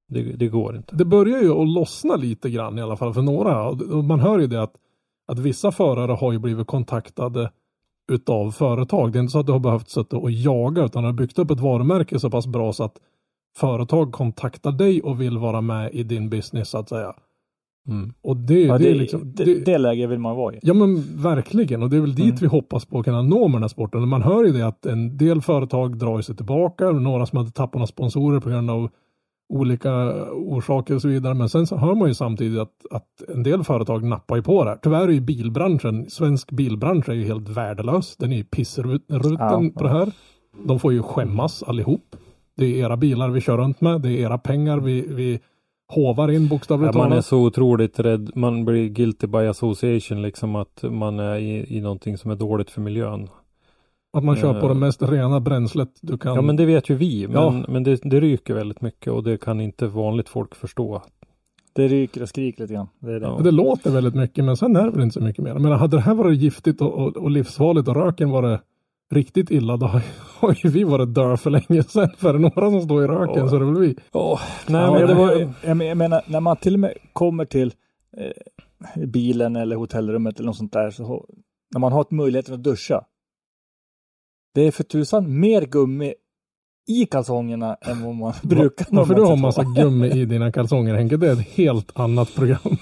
Det går inte. Det börjar ju att lossna lite grann i alla fall för några. Och man hör ju det att vissa förare har ju blivit kontaktade utav företag. Det är inte så att du har behövt sätta och jaga, utan har byggt upp ett varumärke så pass bra så att företag kontaktar dig och vill vara med i din business så att säga. Och det är liksom... Det läget vill man vara i. Ja men verkligen, och det är väl dit vi hoppas på att kunna nå med den här sporten. Man hör ju det att en del företag drar sig tillbaka, några som hade tappat några sponsorer på grund av olika orsaker och så vidare. Men sen så hör man ju samtidigt att en del företag nappar ju på det här. Tyvärr är ju bilbranschen, svensk bilbransch är ju helt värdelös. Den är ju pissruten på det här. De får ju skämmas allihop. Det är era bilar vi kör runt med. Det är era pengar vi hovar in bokstavligt talat. Man är så otroligt rädd. Man blir guilty by association liksom, att man är i någonting som är dåligt för miljön. Att man kör på det mest rena bränslet du kan. Ja men det vet ju vi. Men det ryker väldigt mycket och det kan inte vanligt folk förstå. Det ryker och skriker lite grann. Det låter väldigt mycket, men sen är det väl inte så mycket mer. Men hade det här varit giftigt och livsfarligt och röken var riktigt illa, då har ju vi varit dör för länge sedan. För några som står i röken så är det väl vi. Jag menar, när man till och med kommer till bilen eller hotellrummet eller något sånt där, så när man har möjligheten att duscha, det är för tusan mer gummi i kalsongerna än vad man brukar. Varför du har massa gummi i dina kalsonger, Henke? Det är ett helt annat program.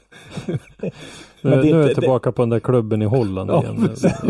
Nu är jag tillbaka på den där klubben i Holland igen.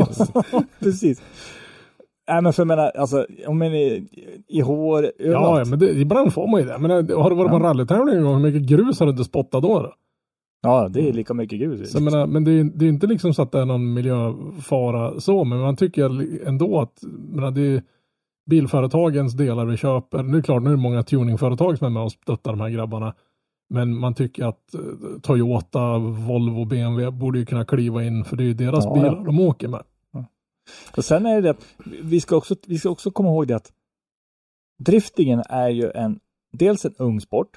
Precis. Nej, men för jag menar, alltså, om en i hår... Ja, men ibland får man ju det. Men har du varit på en rallytävling en gång, hur mycket grus har du inte spottat då? Ja, det är lika mycket grus. Men det är inte liksom så att det är någon miljöfara så, men man tycker ändå att det är bilföretagens delar vi köper. Nu är det klart, nu är det många tuningföretag som är med och stöttar de här grabbarna. Men man tycker att Toyota, Volvo, BMW borde ju kunna kliva in, för det är ju deras bilar de åker med. Ja. Och sen är det, vi ska också komma ihåg det att driftingen är ju dels en ung sport,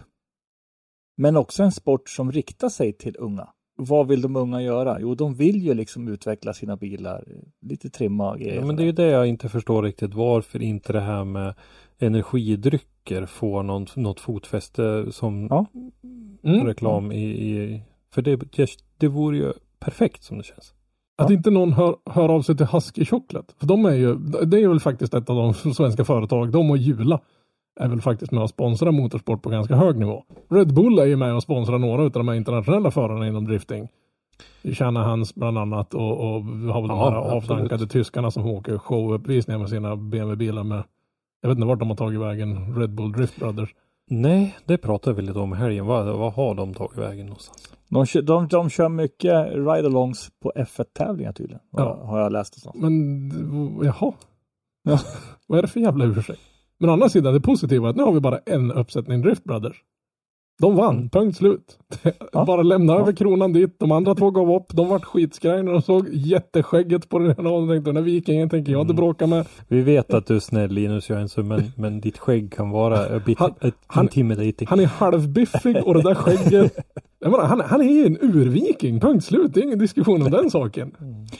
men också en sport som riktar sig till unga. Vad vill de unga göra? Jo, de vill ju liksom utveckla sina bilar, lite trimma och grejer. Ja, men det är ju det jag inte förstår riktigt. Varför inte det här med energidrycker får något fotfäste som reklam i för det vore ju perfekt som det känns. Att inte någon hör av sig till Husky Chocolate. För det är väl faktiskt ett av de svenska företag, de och Jula är väl faktiskt med att sponsra motorsport på ganska hög nivå. Red Bull är ju med och sponsrar några av de här internationella förarna inom drifting. Shannahans bland annat och vi har väl de här avdankade tyskarna som åker showuppvisningar med sina BMW-bilar med. Jag vet inte vart de har tagit vägen, Red Bull Drift Brothers. Nej, det pratar vi lite om i helgen. Vad har de tagit vägen någonstans? De kör mycket ride-alongs på F1-tävlingar tydligen. Har jag läst och så. Men, jaha. Ja. Vad är det för jävla ursäkt? Men å andra sidan, det positiva är att nu har vi bara en uppsättning Drift Brothers. De vann, punkt slut. Bara lämna över kronan dit. De andra två gav upp. De var skitskraj när de såg jätteskägget på den här och tänkte, den här vikingen tänker jag inte bråka med. Vi vet att du är snäll, Linus Jönsson, men ditt skägg kan vara intimidating. Han är halvbiffig och det där skägget. Han är ju en urviking, punkt slut. Det är ingen diskussion om den saken.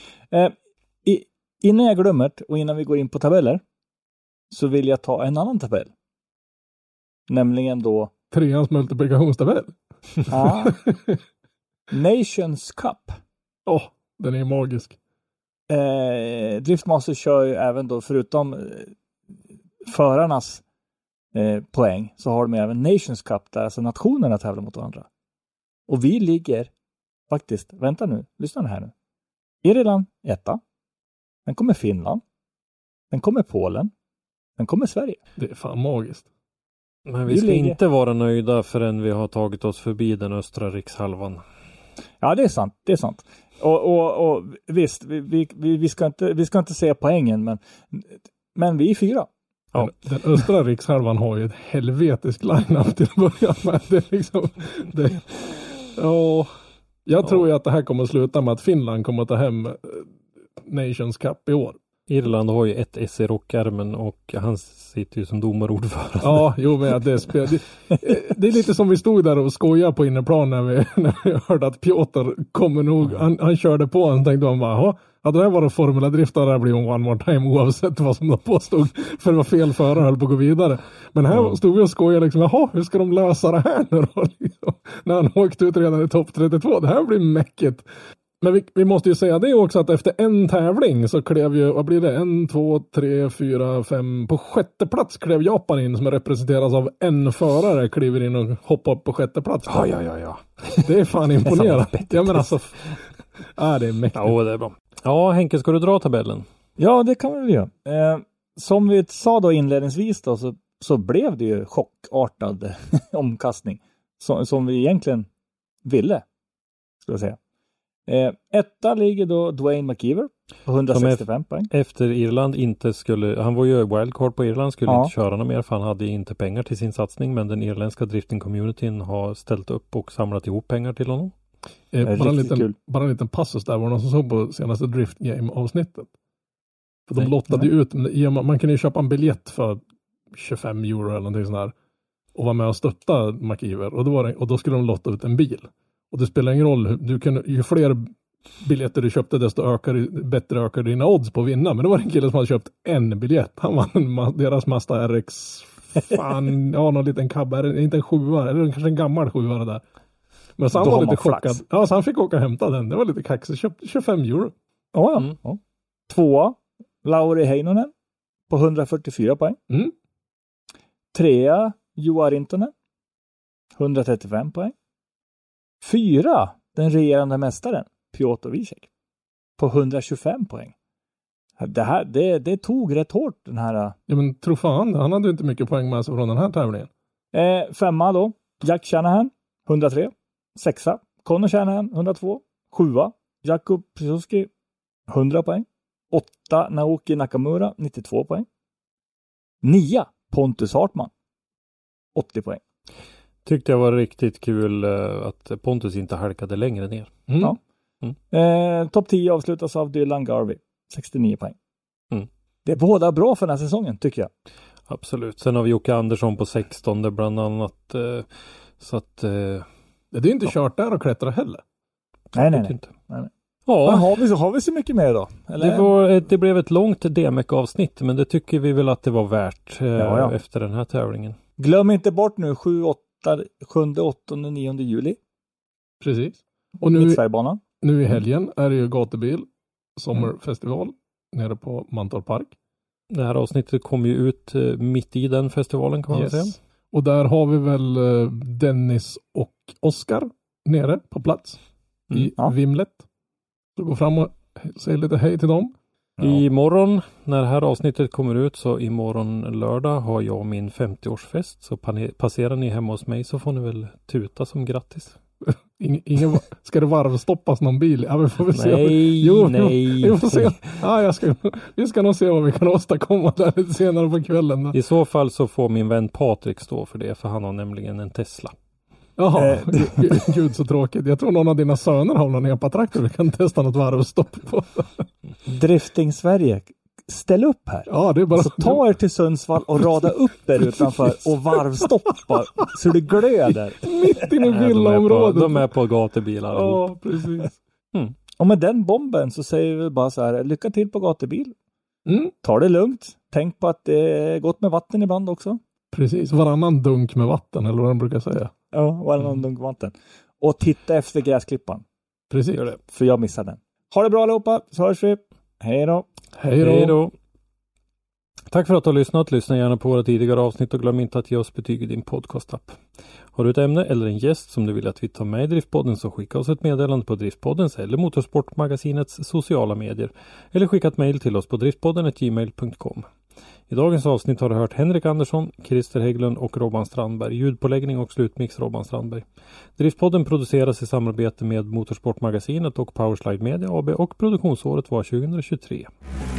Innan jag glömmer och innan vi går in på tabeller så vill jag ta en annan tabell. Nämligen då 3ans multiplikationstabell. Ja. Nations Cup. Den är magisk. Driftmaster kör ju även då, förutom förarnas poäng, så har de även Nations Cup där alltså nationerna tävlar mot varandra. Och vi ligger faktiskt, vänta nu, lyssna här nu. Irland 1. Sen kommer Finland. Sen kommer Polen. Sen kommer Sverige. Det är fan magiskt. Men vi ska inte vara nöjda förrän vi har tagit oss förbi den östra rikshalvan. Ja, det är sant. Och visst, vi ska inte säga poängen, men vi är 4. Ja. Den östra rikshalvan har ju ett helvetisk line-up till att börja med. Det är liksom, jag tror ju att det här kommer att sluta med att Finland kommer att ta hem Nations Cup i år. Irland har ju ett S i rockärmen och han sitter ju som domarordförande. Ja, jo men det är lite som vi stod där och skojade på inneplan när vi hörde att Piotr kommer nog, han körde på, han tänkte han bara, hade det här varit Formula Drift hade det blivit en one more time oavsett vad som de påstod, för det var fel förare höll på att gå vidare. Men här stod vi och skojade liksom, hur ska de lösa det här nu då? När han åkte ut redan i topp 32, det här blir mäcket. Men vi måste ju säga det också att efter en tävling så klev ju, vad blir det? 1, 2, 3, 4, 5. På sjätte plats klev Japan in som representeras av en förare. Kliver in och hoppar upp på sjätte plats. Ja. Det är fan imponerande. Ja men alltså. Det är mäktigt. Ja, det är bra. Ja, Henke, ska du dra tabellen? Ja, det kan vi väl göra. Som vi sa då inledningsvis då, så blev det ju chockartad omkastning. Som vi egentligen ville, skulle jag säga. Etta ligger då Dwayne McKeever på 165 poäng. Efter Irland inte skulle, han var ju wildcard på Irland, skulle inte köra något mer för han hade inte pengar till sin satsning, men den irländska drifting-communityn har ställt upp och samlat ihop pengar till honom. Bara en liten passus där var någon som såg på senaste Drift Game-avsnittet. För de lottade ju ut, man kan ju köpa en biljett för 25 euro eller någonting sånt där och vara med och stötta McKeever och då skulle de lotta ut en bil. Och det spelar ingen roll, ju fler biljetter du köpte desto bättre ökar dina odds på att vinna. Men det var en kille som hade köpt en biljett. Han vann deras Mazda RX, någon liten cab, inte en 7:a, eller kanske en gammal 7:a där. Men så han var lite chockad. Ja, så han fick åka och hämta den. Det var lite kaxigt, köpte 25 euro. Ja. Tvåa, Lauri Heinonen på 144 poäng. Trea, Juha Rintonen, 135 poäng. 4, den regerande mästaren, Piotr Wiesek, på 125 poäng. Det tog rätt hårt den här. Ja, men tro fan, han hade inte mycket poäng med sig från den här tävlingen. 5 då, Jack Shanahan, 103. 6, Conor Shanahan, 102. 7, Jakub Przysuski, 100 poäng. 8, Naoki Nakamura, 92 poäng. 9, Pontus Hartman, 80 poäng. Tyckte jag var riktigt kul att Pontus inte halkade längre ner. Topp 10 avslutas av Dylan Garvey, 69 poäng. Det är båda bra för den här säsongen, tycker jag. Absolut. Sen har vi Jocke Andersson på 16 bland annat. Så att... det är inte kört där och klättra heller. Nej. Inte. Nej. Ja. Men har vi så mycket mer då? Eller? Det blev ett långt DMEC-avsnitt, men det tycker vi väl att det var värt efter den här tävlingen. Glöm inte bort nu 7, 8, 9 juli. Precis. Och nu i Mm. helgen är det ju gatubil sommarfestival nere på Mantorp Park. Det här avsnittet kom ju ut mitt i den festivalen, kan man säga. Och där har vi väl Dennis och Oskar nere på plats i Vimlet. Så gå fram och säg lite hej till dem. Imorgon, när det här avsnittet kommer ut, så imorgon lördag har jag min 50-årsfest. Så passerar ni hemma hos mig så får ni väl tuta som grattis. Ska det varvstoppas någon bil? Ja, vi får väl se. Nej. Vi får se. Vi ska nog se vad vi kan åstadkomma där lite senare på kvällen. Då. I så fall så får min vän Patrik stå för det, för han har nämligen en Tesla. Jaha, gud så tråkigt. Jag tror någon av dina söner har någon epatraktor vi kan testa något varvstopp på. Drifting Sverige, ställ upp här. Ja, det är bara... Så ta er till Sundsvall och rada upp er utanför och varvstoppa så det glöder. Mitt inne i villaområdet. De är på gatubilar. Ja, precis. Och med den bomben så säger vi bara så här, lycka till på gatubil. Ta det lugnt. Tänk på att det är gott med vatten ibland också. Precis, varannan dunk med vatten, eller vad de brukar säga. Ja, varannan dunk vatten. Och titta efter gräsklippan. Precis. Gör det, för jag missade den. Ha det bra allihopa, så hörs vi. Hej då. Hej då. Tack för att du har lyssnat. Lyssna gärna på våra tidigare avsnitt och glöm inte att ge oss betyg i din podcast-app. Har du ett ämne eller en gäst som du vill att vi tar med i Driftpodden, så skicka oss ett meddelande på Driftpoddens eller Motorsportmagasinets sociala medier. Eller skicka ett mejl till oss på driftpodden@gmail.com. I dagens avsnitt har du hört Henrik Andersson, Christer Hägglund och Robban Strandberg. Ljudpåläggning och slutmix Robban Strandberg. Driftpodden produceras i samarbete med Motorsportmagasinet och Powerslide Media AB och produktionsåret var 2023.